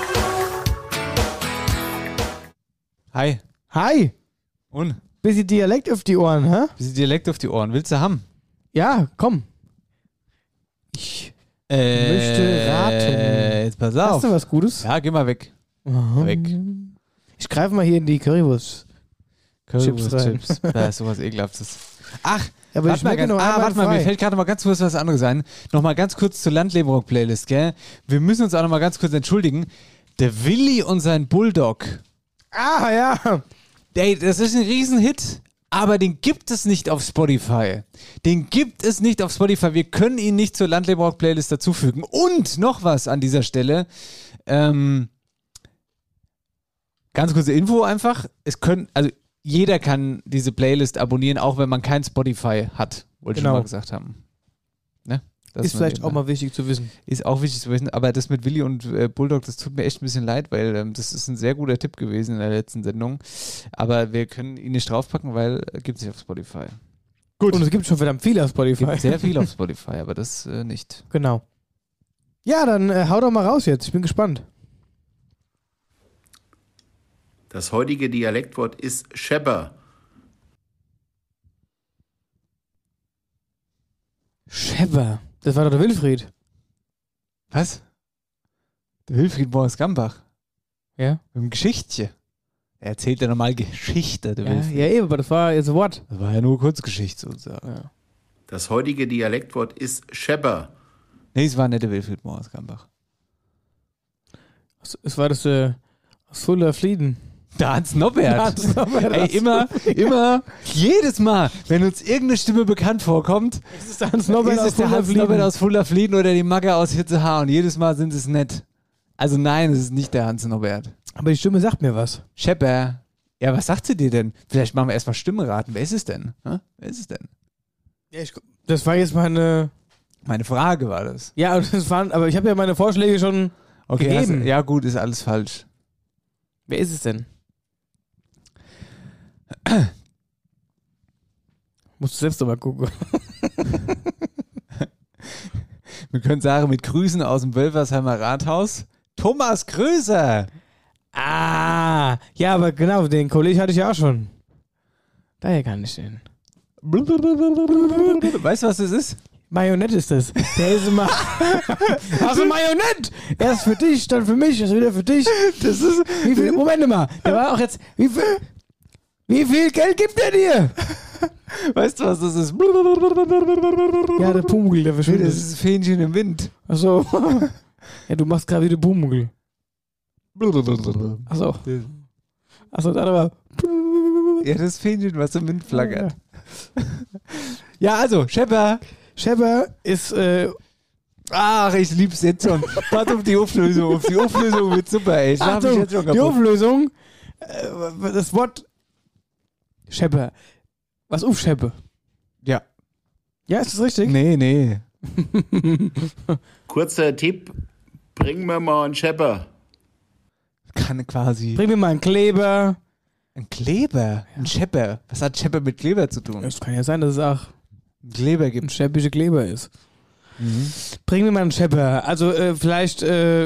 S5: Hi.
S6: Hi.
S5: Und?
S6: Bisschen Dialekt auf die Ohren, hä?
S5: Bisschen Dialekt auf die Ohren. Willst du haben?
S6: Ja, komm. Ich möchte raten.
S5: Jetzt pass auf.
S6: Hast du was Gutes?
S5: Ja, geh mal weg. Weg.
S6: Ich greife mal hier in die Currywurst.
S5: Currywurst-Chips. Da ist sowas Ekelhaftes. Ach,
S6: aber
S5: warte mal, mir fällt gerade mal ganz kurz was anderes ein. Nochmal ganz kurz zur Landlebenrock-Playlist, gell? Wir müssen uns auch nochmal ganz kurz entschuldigen. Der Willi und sein Bulldog.
S6: Ah, ja.
S5: Ey, das ist ein Riesenhit. Aber den gibt es nicht auf Spotify. Wir können ihn nicht zur Landlebenrock-Playlist dazufügen. Und noch was an dieser Stelle. Ganz kurze Info einfach. Jeder kann diese Playlist abonnieren, auch wenn man kein Spotify hat. Wollte ich schon mal gesagt haben. Ne?
S6: Ist vielleicht auch mal wichtig zu wissen.
S5: Ist auch wichtig zu wissen, aber das mit Willi und Bulldog, das tut mir echt ein bisschen leid, weil das ist ein sehr guter Tipp gewesen in der letzten Sendung. Aber wir können ihn nicht draufpacken, weil gibt es nicht auf Spotify.
S6: Gut. Und es gibt schon verdammt viel auf Spotify.
S5: Es gibt sehr viel auf Spotify, aber das nicht.
S6: Genau. Ja, dann hau doch mal raus jetzt. Ich bin gespannt.
S15: Das heutige Dialektwort ist Schepper.
S6: Schepper? Das war doch der Wilfried.
S5: Was? Der Wilfried Boris Gambach?
S6: Ja.
S5: Mit dem Geschichtchen. Er erzählt ja normal Geschichte, der Wilfried.
S6: Ja, eben, aber das war jetzt ein Wort.
S5: Das war ja nur Kurzgeschichte sozusagen. Ja.
S15: Das heutige Dialektwort ist Schepper.
S5: Nee, es war nicht der Wilfried Mohr aus Gambach.
S6: Es war das aus Fuller Flieden.
S5: Der Hans Norbert. Ey, immer, jedes Mal, wenn uns irgendeine Stimme bekannt vorkommt,
S6: ist es der Hans Norbert
S5: aus Fuller Flieden oder die Magge aus Hitzehaar und jedes Mal sind es nicht. Also nein, es ist nicht der Hans Norbert.
S6: Aber die Stimme sagt mir was.
S5: Schepper. Ja, was sagt sie dir denn? Vielleicht machen wir erstmal Stimme raten. Wer ist es denn? Wer ist es denn?
S6: Ja, das war jetzt meine
S5: Frage war das.
S6: Ja, aber ich habe ja meine Vorschläge schon gegeben.
S5: Ja gut, ist alles falsch.
S6: Wer ist es denn? Musst du selbst noch mal gucken.
S5: Wir können sagen, mit Grüßen aus dem Wölfersheimer Rathaus. Thomas Größer!
S6: Ah, ja, aber genau, den Kollegen hatte ich ja auch schon. Daher kann ich den.
S5: Weißt du, was das ist?
S6: Marionette ist das. Der ist immer. Also Marionette! Erst für dich, dann für mich, erst wieder für dich.
S5: Das ist.
S6: Wie viel? Moment mal. Der war auch jetzt. Wie viel Geld gibt der dir?
S5: Weißt du, was das ist?
S6: Ja, der Pumuckl, der verschwindet.
S5: Das ist Fähnchen im Wind.
S6: Achso. Ja, du machst gerade wieder Pumuckl. Achso. Achso, dann aber.
S5: Ja, das Fähnchen, was im Wind flackert. Ja, also, Schepper.
S6: Schepper ist.
S5: Ach, ich lieb's jetzt schon. Warte auf die Auflösung. Auf die Auflösung wird super, ey.
S6: Achtung, jetzt schon die Auflösung. Das Wort Schepper. Was Scheppe?
S5: Ja.
S6: Ja, ist das richtig?
S5: Nee.
S15: Kurzer Tipp, bring mir mal einen Schepper.
S5: Kann quasi.
S6: Bring mir mal einen Kleber.
S5: Ein Kleber? Ja. Ein Schepper. Was hat Schepper mit Kleber zu tun?
S6: Es kann ja sein, dass es auch
S5: einen Kleber gibt.
S6: Ein scheppischer Kleber ist. Mhm. Bring mir mal einen Schepper. Also vielleicht ist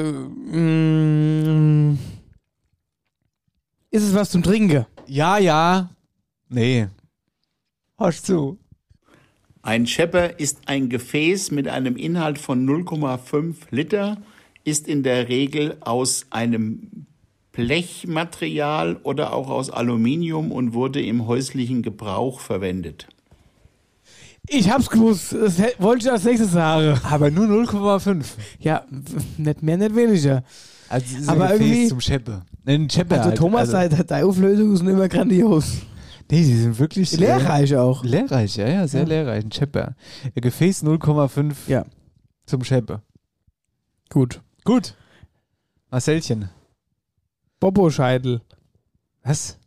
S6: es was zum Trinken?
S5: Ja. Nee. Hörst zu.
S15: Ein Schepper ist ein Gefäß mit einem Inhalt von 0,5 Liter, ist in der Regel aus einem Blechmaterial oder auch aus Aluminium und wurde im häuslichen Gebrauch verwendet.
S6: Ich hab's gewusst, das wollte ich als nächstes sagen.
S5: Aber nur 0,5.
S6: Ja, nicht mehr, nicht weniger.
S5: Also es ist
S6: aber
S5: ein Gefäß
S6: irgendwie
S5: zum Schepper. Ein Schepper
S6: also
S5: halt.
S6: Thomas, deine Auflösungen sind immer grandios.
S5: Nee, die sind wirklich
S6: lehrreich auch.
S5: Lehrreich, ja, sehr lehrreich. Ein Schepper. Ein Gefäß 0,5 zum Schepper.
S6: Gut.
S5: Marcelchen.
S6: Bobo-Scheitel.
S5: Was?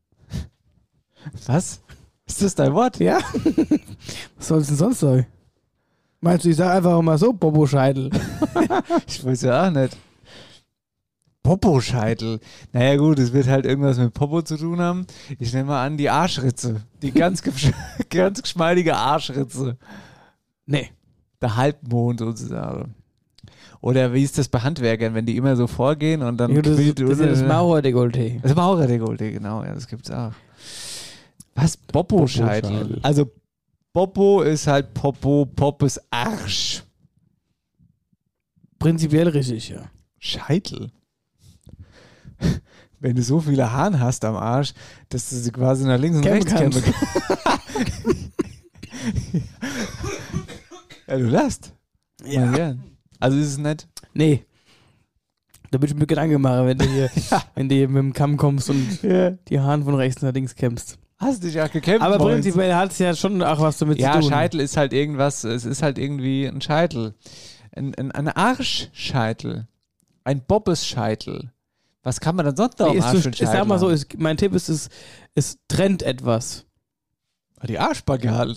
S5: Was? Ist das dein Wort?
S6: Ja. Was soll es denn sonst sein? Meinst du, ich sag einfach mal so Bobo-Scheitel?
S5: Ich weiß ja auch nicht. Popo-Scheitel. Naja gut, es wird halt irgendwas mit Popo zu tun haben. Ich nehme mal an, die Arschritze. Die ganz geschmeidige Arschritze.
S6: Nee.
S5: Der Halbmond sozusagen. Oder wie ist das bei Handwerkern, wenn die immer so vorgehen und dann...
S6: Ja, das ist das Maurer-Dekolleté.
S5: Das Maurer-Dekolleté, genau. Ja, das gibt's auch. Was? Popo-Scheitel. Also Popo ist halt Popo, Pop ist Arsch.
S6: Prinzipiell richtig, ja.
S5: Scheitel. Wenn du so viele Haare hast am Arsch, dass du sie quasi nach links und rechts kämmen kannst. Ja, du lachst. Ja. Also ist es nett?
S6: Nee. Da würde ich mir Gedanken machen, wenn du hier, wenn du hier mit dem Kamm kommst und die Haare von rechts nach links kämmst.
S5: Hast du dich auch gekämmt?
S6: Aber prinzipiell hat es ja schon auch was damit zu tun.
S5: Ja, Scheitel ist halt irgendwas, es ist halt irgendwie ein Scheitel. Ein Arschscheitel. Ein Bobbesscheitel. Was kann man denn sonst noch am Arsch für einen Scheitel?
S6: Ich sag mal so, mein Tipp ist, es trennt etwas.
S5: Die Arschbacke halt.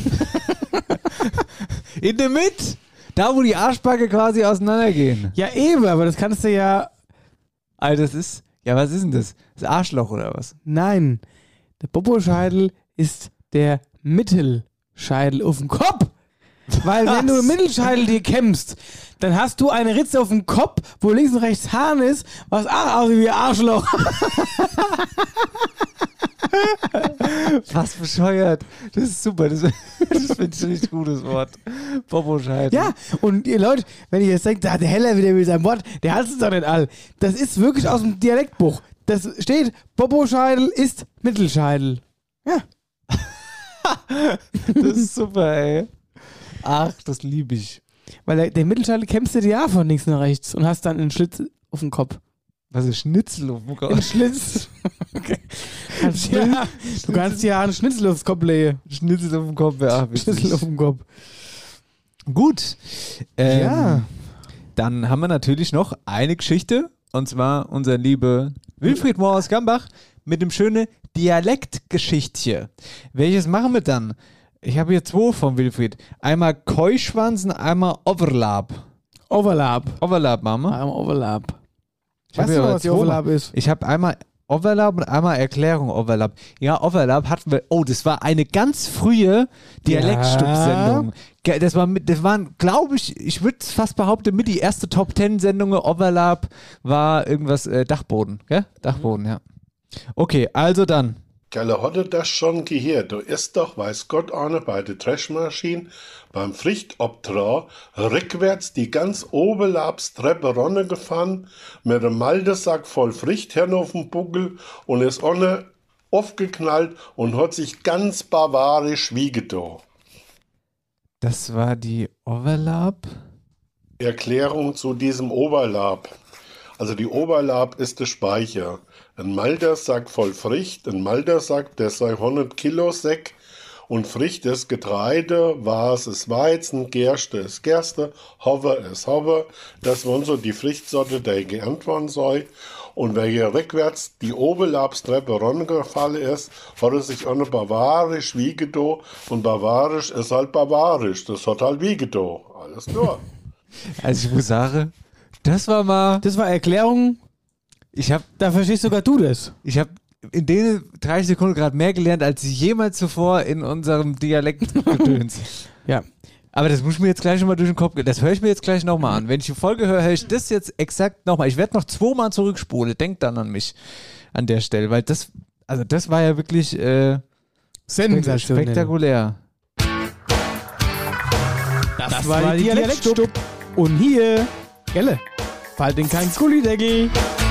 S5: In der Mitte. Da, wo die Arschbacke quasi auseinandergehen.
S6: Ja, eben, aber das kannst du ja...
S5: Also das ist... Ja, was ist denn das? Das Arschloch oder was?
S6: Nein. Der Bobo-Scheitel ist der Mittelscheitel auf dem Kopf. Weil wenn du im Mittelscheitel dir kämmst, dann hast du eine Ritze auf dem Kopf, wo links und rechts Hahn ist, was auch aussieht wie Arschloch.
S5: Fast bescheuert. Das ist super. Das finde ich ein richtig gutes Wort. Bobo-Scheitel.
S6: Ja, und ihr Leute, wenn ihr jetzt denkt, der Heller wieder mit seinem Wort, der hat es doch nicht all. Das ist wirklich aus dem Dialektbuch. Das steht, Bobo-Scheitel ist Mittelscheitel. Ja.
S5: Das ist super, ey. Ach, das liebe ich.
S6: Weil den Mittelscheitel kämmst du dir ja von links nach rechts und hast dann einen Schlitz auf dem Kopf.
S5: Was ist Schnitzel auf dem Kopf?
S6: Ein Schlitz. Okay. Du kannst ja einen Schnitzel aufs Kopf legen.
S5: Schnitzel auf dem Kopf, ja.
S6: Schnitzel auf dem Kopf.
S5: Gut.
S6: Ja.
S5: Dann haben wir natürlich noch eine Geschichte, und zwar unser lieber Wilfried Mohr aus Gambach mit dem schönen Dialektgeschichtchen. Welches machen wir dann? Ich habe hier 2 von Wilfried. Einmal Keuschwanz und einmal Overlap. Overlap, Mama.
S6: Einmal Overlap. Weißt du, was die Overlap ist?
S5: Ich habe einmal Overlap und einmal Erklärung Overlap. Ja, Overlap hatten wir. Oh, das war eine ganz frühe Dialektstub-Sendung. Das waren, glaube ich würde fast behaupten, mit die erste Top-10-Sendung. Overlap war irgendwas Dachboden. Gell? Dachboden, ja. Okay, also dann.
S11: Gelle hatte das schon gehört. Du ist doch, weiß Gott, eine bei der Dreschmaschine beim Frichtobtra rückwärts die ganz Oberlabstreppe runtergefahren mit einem Maldesack voll Frichtherren auf dem Buckel und ist ohne aufgeknallt und hat sich ganz bavarisch wiegetan.
S5: Das war die Overlap?
S11: Erklärung zu diesem Oberlab. Also die Oberlab ist der Speicher. Ein Maltersack voll Fricht, ein Maltersack, der sei 100 Kilo Säck und Fricht ist Getreide, Was ist Weizen, Gerste ist Gerste, Hopper ist Hopper. Das waren so die Frichtsorte, die geerntet worden soll. Und wer hier rückwärts die Oberlabstreppe runtergefallen ist, hat er sich auch eine bavarisch wiegedo und bavarisch ist halt bavarisch. Das hat halt wiegedo. Alles klar.
S5: Also ich muss sagen, das war
S6: Erklärung. Da verstehst sogar du das.
S5: Ich habe in den 30 Sekunden gerade mehr gelernt, als jemals zuvor in unserem Dialektgedöns.
S6: Ja.
S5: Aber das muss ich mir jetzt gleich nochmal durch den Kopf gehen. Das höre ich mir jetzt gleich nochmal an. Wenn ich die Folge höre, höre ich das jetzt exakt nochmal. Ich werde noch 2-mal zurückspulen. Denkt dann an mich an der Stelle. Weil das war ja wirklich
S6: sensationell.
S5: Spektakulär.
S6: Das war die Dialektstub. Und hier, Gelle, fall in kein Gullideckel.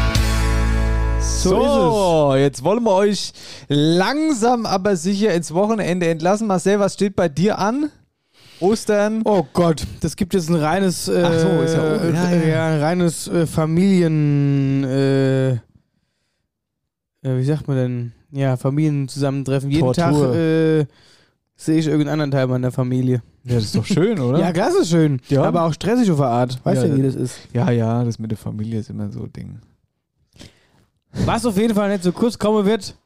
S5: So, jetzt wollen wir euch langsam aber sicher ins Wochenende entlassen. Marcel, was steht bei dir an? Ostern?
S6: Oh Gott, das gibt jetzt ein reines, ein reines Familien, wie sagt man denn? Ja, Familienzusammentreffen. Jeden Tag sehe ich irgendeinen anderen Teil meiner Familie.
S5: Ja, das ist doch schön, oder?
S6: Ja, klar, das ist schön. Ja. Aber auch stressig auf der Art. Weißt du, wie das ist?
S5: Ja, das mit der Familie ist immer so ein Ding.
S6: Was auf jeden Fall nicht so kurz kommen wird.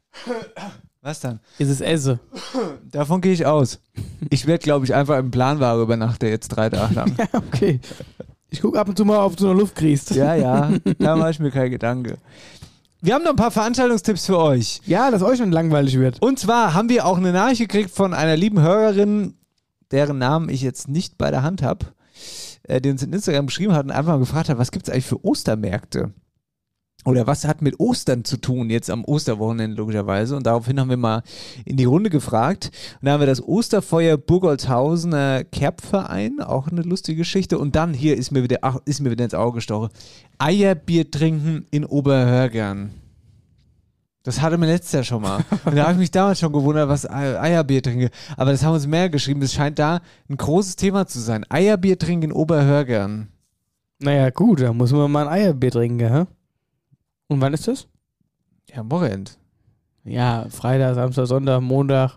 S5: Was dann?
S6: Ist es Esse.
S5: Davon gehe ich aus. Ich werde, glaube ich, einfach im Planwagen übernachten jetzt 3 Tage lang.
S6: Ja, okay. Ich gucke ab und zu mal, ob du noch Luft kriegst.
S5: Ja, da mache ich mir keinen Gedanke. Wir haben noch ein paar Veranstaltungstipps für euch.
S6: Ja, dass euch nicht langweilig wird.
S5: Und zwar haben wir auch eine Nachricht gekriegt von einer lieben Hörerin, deren Namen ich jetzt nicht bei der Hand habe, die uns in Instagram geschrieben hat und einfach mal gefragt hat, was gibt es eigentlich für Ostermärkte? Oder was hat mit Ostern zu tun, jetzt am Osterwochenende logischerweise? Und daraufhin haben wir mal in die Runde gefragt. Und da haben wir das Osterfeuer Burgolzhausener Kerbverein, auch eine lustige Geschichte. Und dann, hier ist mir wieder ins Auge gestochen, Eierbier trinken in Oberhörgern. Das hatte mir letztes Jahr schon mal. Und da habe ich mich damals schon gewundert, was Eierbier trinke. Aber das haben uns mehr geschrieben. Es scheint da ein großes Thema zu sein. Eierbier trinken in Oberhörgern.
S6: Naja, gut, da muss man mal ein Eierbier trinken, hä? Und wann ist das?
S5: Ja, am Wochenende.
S6: Ja, Freitag, Samstag, Sonntag, Montag.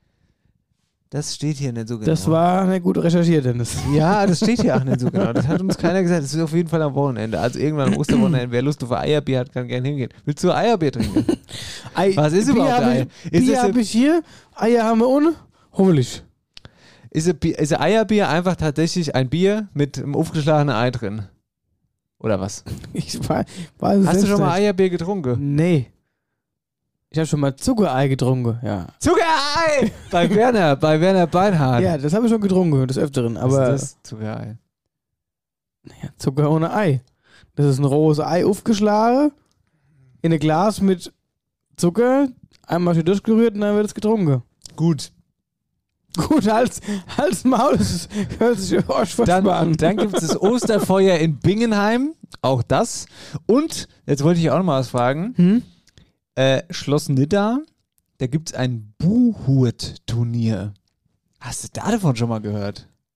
S5: Das steht hier nicht so genau.
S6: Das war nicht gut recherchiert, Dennis.
S5: Ja, das steht hier auch nicht so genau. Das hat uns keiner gesagt. Das ist auf jeden Fall am Wochenende. Also irgendwann am Osterwochenende. Wer Lust auf Eierbier hat, kann gerne hingehen. Willst du Eierbier trinken? Was ist überhaupt Ei?
S6: Bier habe ich hier, Eier haben wir ohne. Hoffentlich.
S5: Ist ein Eierbier einfach tatsächlich ein Bier mit einem aufgeschlagenen Ei drin? Oder was?
S6: Hast
S5: du schon mal Eierbier getrunken?
S6: Nee. Ich habe schon mal Zuckerei getrunken, ja.
S5: Zuckerei! Bei Werner Beinhardt.
S6: Ja, das habe ich schon getrunken, des Öfteren. Aber
S5: was ist das? Zuckerei?
S6: Naja, Zucker ohne Ei. Das ist ein rohes Ei aufgeschlagen, in ein Glas mit Zucker, einmal schön durchgerührt und dann wird es getrunken.
S5: Gut,
S6: Hals, Maul, das hört sich furchtbar an.
S5: Dann gibt es das Osterfeuer in Bingenheim, auch das. Und, jetzt wollte ich auch noch mal was fragen, Schloss Nidda, da gibt es ein Buhurt-Turnier. Hast du davon schon mal gehört?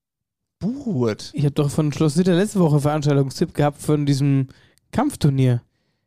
S5: Buchurt.
S6: Ich habe doch von Schloss Nitter letzte Woche Veranstaltungstipp gehabt von diesem Kampfturnier.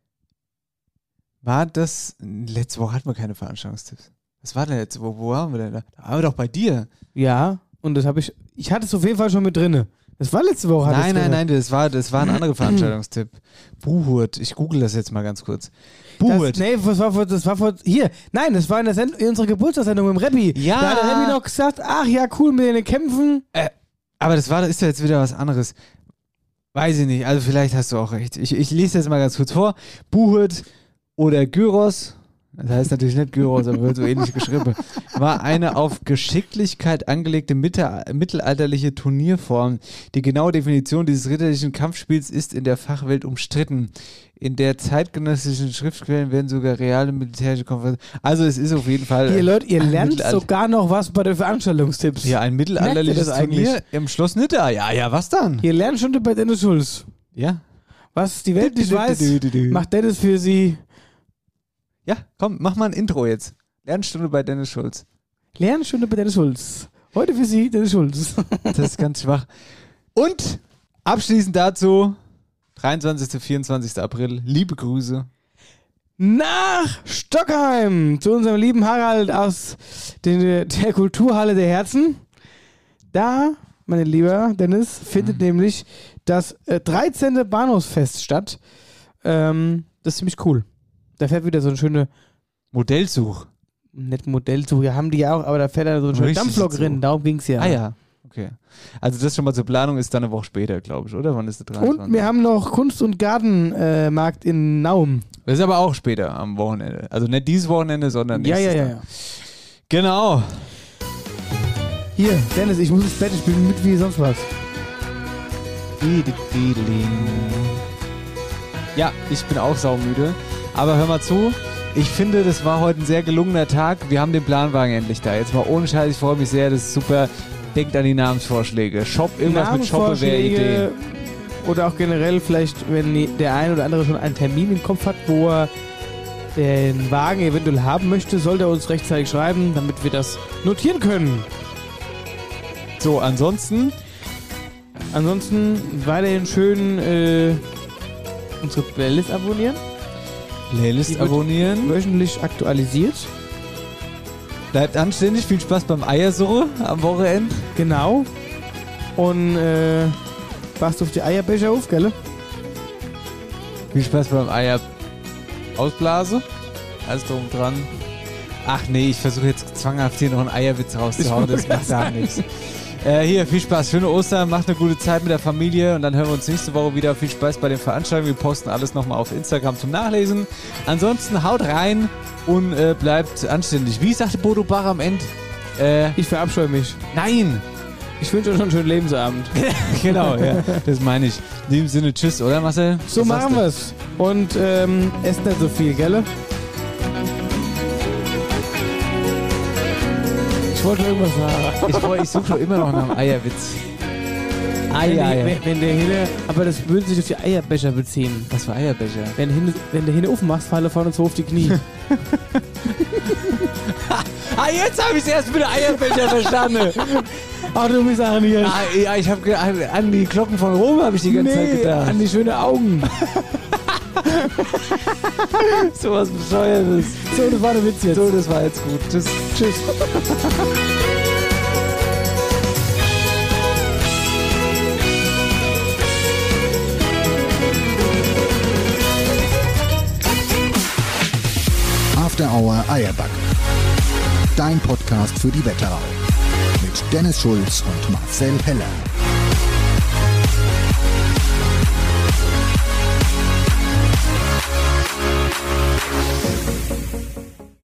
S5: War das, letzte Woche hatten wir keine Veranstaltungstipps. Was war denn letzte Woche? Wo waren wir denn da? Da waren wir doch bei dir.
S6: Ja, und das habe ich hatte es auf jeden Fall schon mit drinne. Das war letzte Woche.
S5: Nein, das war ein anderer Veranstaltungstipp. Buchurt. Ich google das jetzt mal ganz kurz. Buchurt.
S6: Das war vor, hier. Nein, das war in unserer Geburtstagssendung mit dem Rappi.
S5: Ja.
S6: Da hat der Rappi noch gesagt, ach ja, cool mit den Kämpfen.
S5: Aber das ist ja jetzt wieder was anderes. Weiß ich nicht. Also vielleicht hast du auch recht. Ich lese jetzt mal ganz kurz vor. Buchurt oder Gyros, das heißt natürlich nicht Gyros, aber wird so ähnlich geschrieben, war eine auf Geschicklichkeit angelegte mittelalterliche Turnierform. Die genaue Definition dieses ritterlichen Kampfspiels ist in der Fachwelt umstritten. In der zeitgenössischen Schriftquellen werden sogar reale militärische Konferenzen. Also es ist auf jeden Fall...
S6: Ihr Leute, ihr lernt sogar noch was bei den Veranstaltungstipps.
S5: Ja, ein mittelalterliches Turnier im Schloss Nitter. Ja, was dann?
S6: Ihr lernt schon bei Dennis Schulz.
S5: Ja.
S6: Was die Welt nicht weiß, macht Dennis für sie...
S5: Ja, komm, mach mal ein Intro jetzt. Lernstunde bei Dennis Schulz.
S6: Lernstunde bei Dennis Schulz. Heute für Sie, Dennis Schulz.
S5: Das ist ganz schwach. Und abschließend dazu, 23. 24. April, liebe Grüße.
S6: Nach Stockheim zu unserem lieben Harald aus der Kulturhalle der Herzen. Da, mein lieber Dennis, findet nämlich das 13. Bahnhofsfest statt. Das ist ziemlich cool. Da fährt wieder so eine schöne
S5: Modellzug.
S6: Nicht Modellzug, ja, haben die ja auch, aber da fährt da so eine schöne Dampflok drin, darum ging es ja.
S5: Ah ja, okay. Also das schon mal zur Planung ist dann eine Woche später, glaube ich, oder? Wann ist der 23?
S6: Und wir haben noch Kunst- und Gartenmarkt in Naum.
S5: Das ist aber auch später am Wochenende. Also nicht dieses Wochenende, sondern nächstes.
S6: Ja.
S5: Genau.
S6: Hier, Dennis, ich muss ins Bett, ich bin mit wie sonst was.
S5: Ja, ich bin auch saumüde. Aber hör mal zu, ich finde, das war heute ein sehr gelungener Tag. Wir haben den Planwagen endlich da. Jetzt mal ohne Scheiß, ich freue mich sehr, das ist super. Denkt an die Namensvorschläge. Irgendwas mit Shoppe wäre Idee.
S6: Oder auch generell vielleicht, wenn der ein oder andere schon einen Termin im Kopf hat, wo er den Wagen eventuell haben möchte, sollte er uns rechtzeitig schreiben, damit wir das notieren können.
S5: So, ansonsten
S6: weiterhin schön unsere Playlist abonnieren. Wöchentlich aktualisiert.
S5: Bleibt anständig, viel Spaß beim Eiersuche am Wochenende.
S6: Genau. Und passt auf die Eierbecher auf, gell?
S5: Viel Spaß beim Eier ausblase. Alles drum dran. Ach nee, ich versuche jetzt zwanghaft hier noch einen Eierwitz rauszuhauen. Das macht gar nichts. Hier, viel Spaß, schöne Ostern, macht eine gute Zeit mit der Familie und dann hören wir uns nächste Woche wieder. Viel Spaß bei den Veranstaltungen. Wir posten alles nochmal auf Instagram zum Nachlesen. Ansonsten haut rein und bleibt anständig. Wie sagte Bodo Bach am Ende?
S6: Ich verabscheue mich.
S5: Nein!
S6: Ich wünsche euch noch einen schönen Lebensabend.
S5: Genau, ja, das meine ich. In dem Sinne, tschüss, oder Marcel?
S6: So machen wir es. Und esst nicht so viel, gell? Ich wollte irgendwas sagen.
S5: Ich suche doch immer noch nach einem Eierwitz.
S6: Wenn der Hinne, aber das würde sich auf die Eierbecher beziehen.
S5: Was für Eierbecher?
S6: Wenn der Hinne aufmachst, falle vorne so auf die Knie.
S5: Jetzt habe ich es erst mit der Eierbecher verstanden.
S6: Ach, du bist auch nicht.
S5: Ja, ich habe an die Glocken von Rom habe ich die ganze Zeit gedacht.
S6: An die schönen Augen.
S5: So was Bescheuertes.
S6: So, das war der Witz jetzt.
S5: So, das war jetzt gut. Tschüss.
S3: After Hour Eierbacke. Dein Podcast für die Wetterau. Mit Dennis Schulz und Marcel Heller.